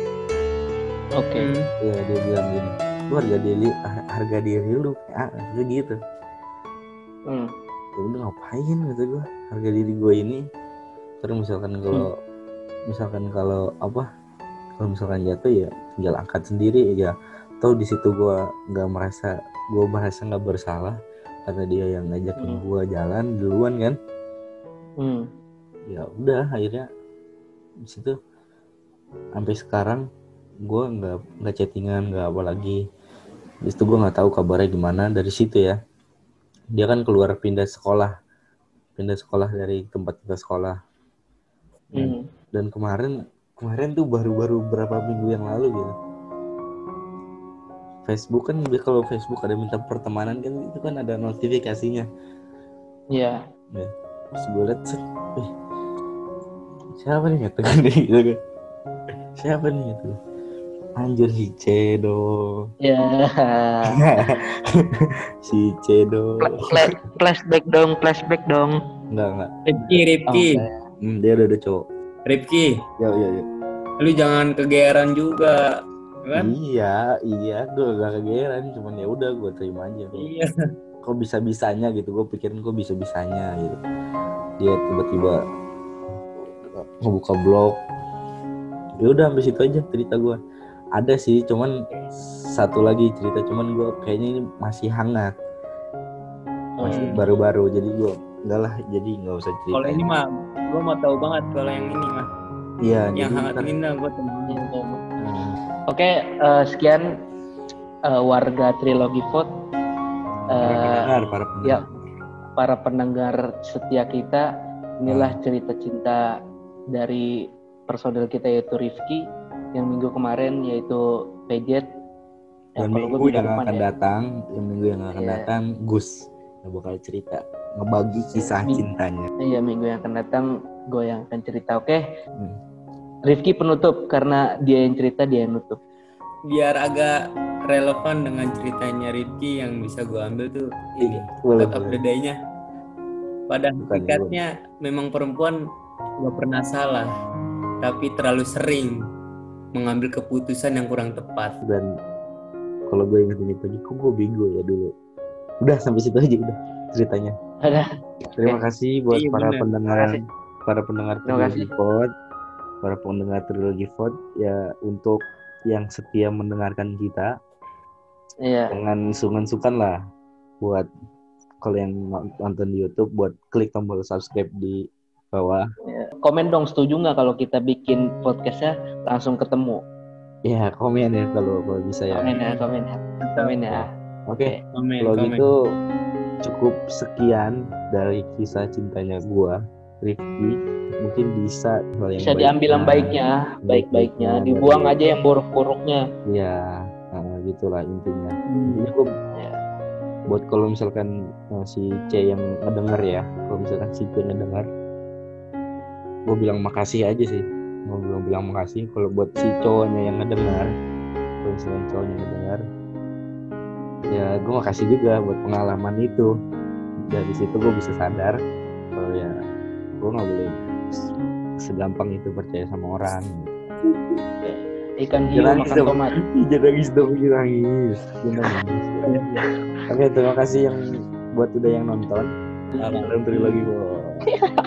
Oke. Hmm. ya dia bilang gini, lu harga diri har- harga diri lu kayak ah, gitu. Hmm. Ya udah ngapain gitu gue harga diri gue ini. Terus misalkan kalau misalkan kalau apa kalau misalkan jatuh ya tinggal angkat sendiri ya. Tahu di situ gue nggak merasa gue merasa nggak bersalah karena dia yang ngajakin Hmm. gue jalan duluan kan. Hmm. Ya udah akhirnya di situ sampai sekarang gue nggak nggak chattingan nggak apa lagi. Di situ gue nggak tahu kabarnya gimana dari situ ya. Dia kan keluar pindah sekolah pindah sekolah dari tempat kita sekolah. Hmm. Dan kemarin kemarin tuh baru-baru berapa minggu yang lalu gitu. Facebook kan dia kalau Facebook ada minta pertemanan kan itu kan ada notifikasinya. Iya. Ya. Terus gue liat, set, wih, siapa nih gitu kan gitu kan. Siapa nih gitu. Anjir si Cedo. Ya. Si Cedo. Fla- flashback dong, flashback dong. Enggak enggak. Rifki, Rifki, Hmm, dia udah ada cowok. Rifki, Ya ya ya. lu jangan kegeeran juga, kan? Iya, iya, gue gak kegeeran, cuman ya udah gue terima aja. Iya. Kok bisa-bisanya gitu, gue pikirin kok bisa-bisanya gitu. Dia tiba-tiba ngebuka blog. Ya udah sampai situ aja cerita gue. Ada sih, cuman satu lagi cerita, cuman gue kayaknya ini masih hangat, masih Hmm. baru-baru, jadi gue enggak lah, jadi nggak usah cerita. Kalau ini mah, gua mau tahu banget kalau yang ini mah, iya, yang jadi hangat ntar- ini nah gua tahu. Hmm, Oke, eh, sekian eh, warga Trilogi Vote. Para Eh, pendengar, para pendengar. ya, para pendengar setia kita, inilah cerita cinta dari personil kita yaitu Rifki yang minggu kemarin yaitu Pejet. Ya, Dan kalau gua minggu yang depan akan ya. datang, yang minggu yang akan Iya. datang, Gus yang bakal cerita, ngebagi kisah Ming- cintanya. Iya, minggu yang akan datang gue yang akan cerita, oke? Hmm. Rifki penutup karena dia yang cerita, dia yang nutup. Biar agak relevan dengan ceritanya Rifki yang bisa gue ambil tuh ini Boleh, quote of boleh. the day-nya. Pada Bukan, hakikatnya memang perempuan gak pernah salah, tapi terlalu sering mengambil keputusan yang kurang tepat. Dan kalau gue inget-inget lagi, kok gue bego ya dulu. Udah sampai situ aja udah ceritanya. Ada. Terima Oke. kasih buat Iya, para bener. pendengar, Terima kasih. para pendengar Terima Trilogy Pod, para pendengar Trilogy Pod ya, untuk yang setia mendengarkan kita, Iya. jangan sungkan-sungkan lah buat kalau yang nonton di YouTube buat klik tombol subscribe di bawah. Iya. Komen dong, setuju nggak kalau kita bikin podcastnya langsung ketemu? Ya komen ya kalau kalau bisa ya. Komen ya, komen ya, komen ya. Oke, Komen, kalau komen. gitu cukup sekian dari kisah cintanya gua, Rifki. Mungkin bisa hal yang Bisa diambil yang baiknya, baik-baiknya, baik-baiknya, dibuang dari- aja yang buruk-buruknya. Ya, nah, gitulah intinya. Hmm. Intinya gua Ya. buat kalau misalkan uh, si C yang ngedenger ya, kalau misalkan si C ngedenger, gue bilang makasih aja sih. Gue bilang bilang makasih. Kalau buat si cowoknya yang ngedenger, kalau misalkan cowoknya ngedenger, ya gue makasih juga buat pengalaman itu. Dari situ gue bisa sadar kalau ya gue nggak boleh segampang itu percaya sama orang. Ikan hiu Jangan makan dong. tomat. Jangan nangis dong, jangan nangis. Jangan nangis. Oke, terima kasih yang buat udah yang nonton. Salam. Salam Trilogy Pod.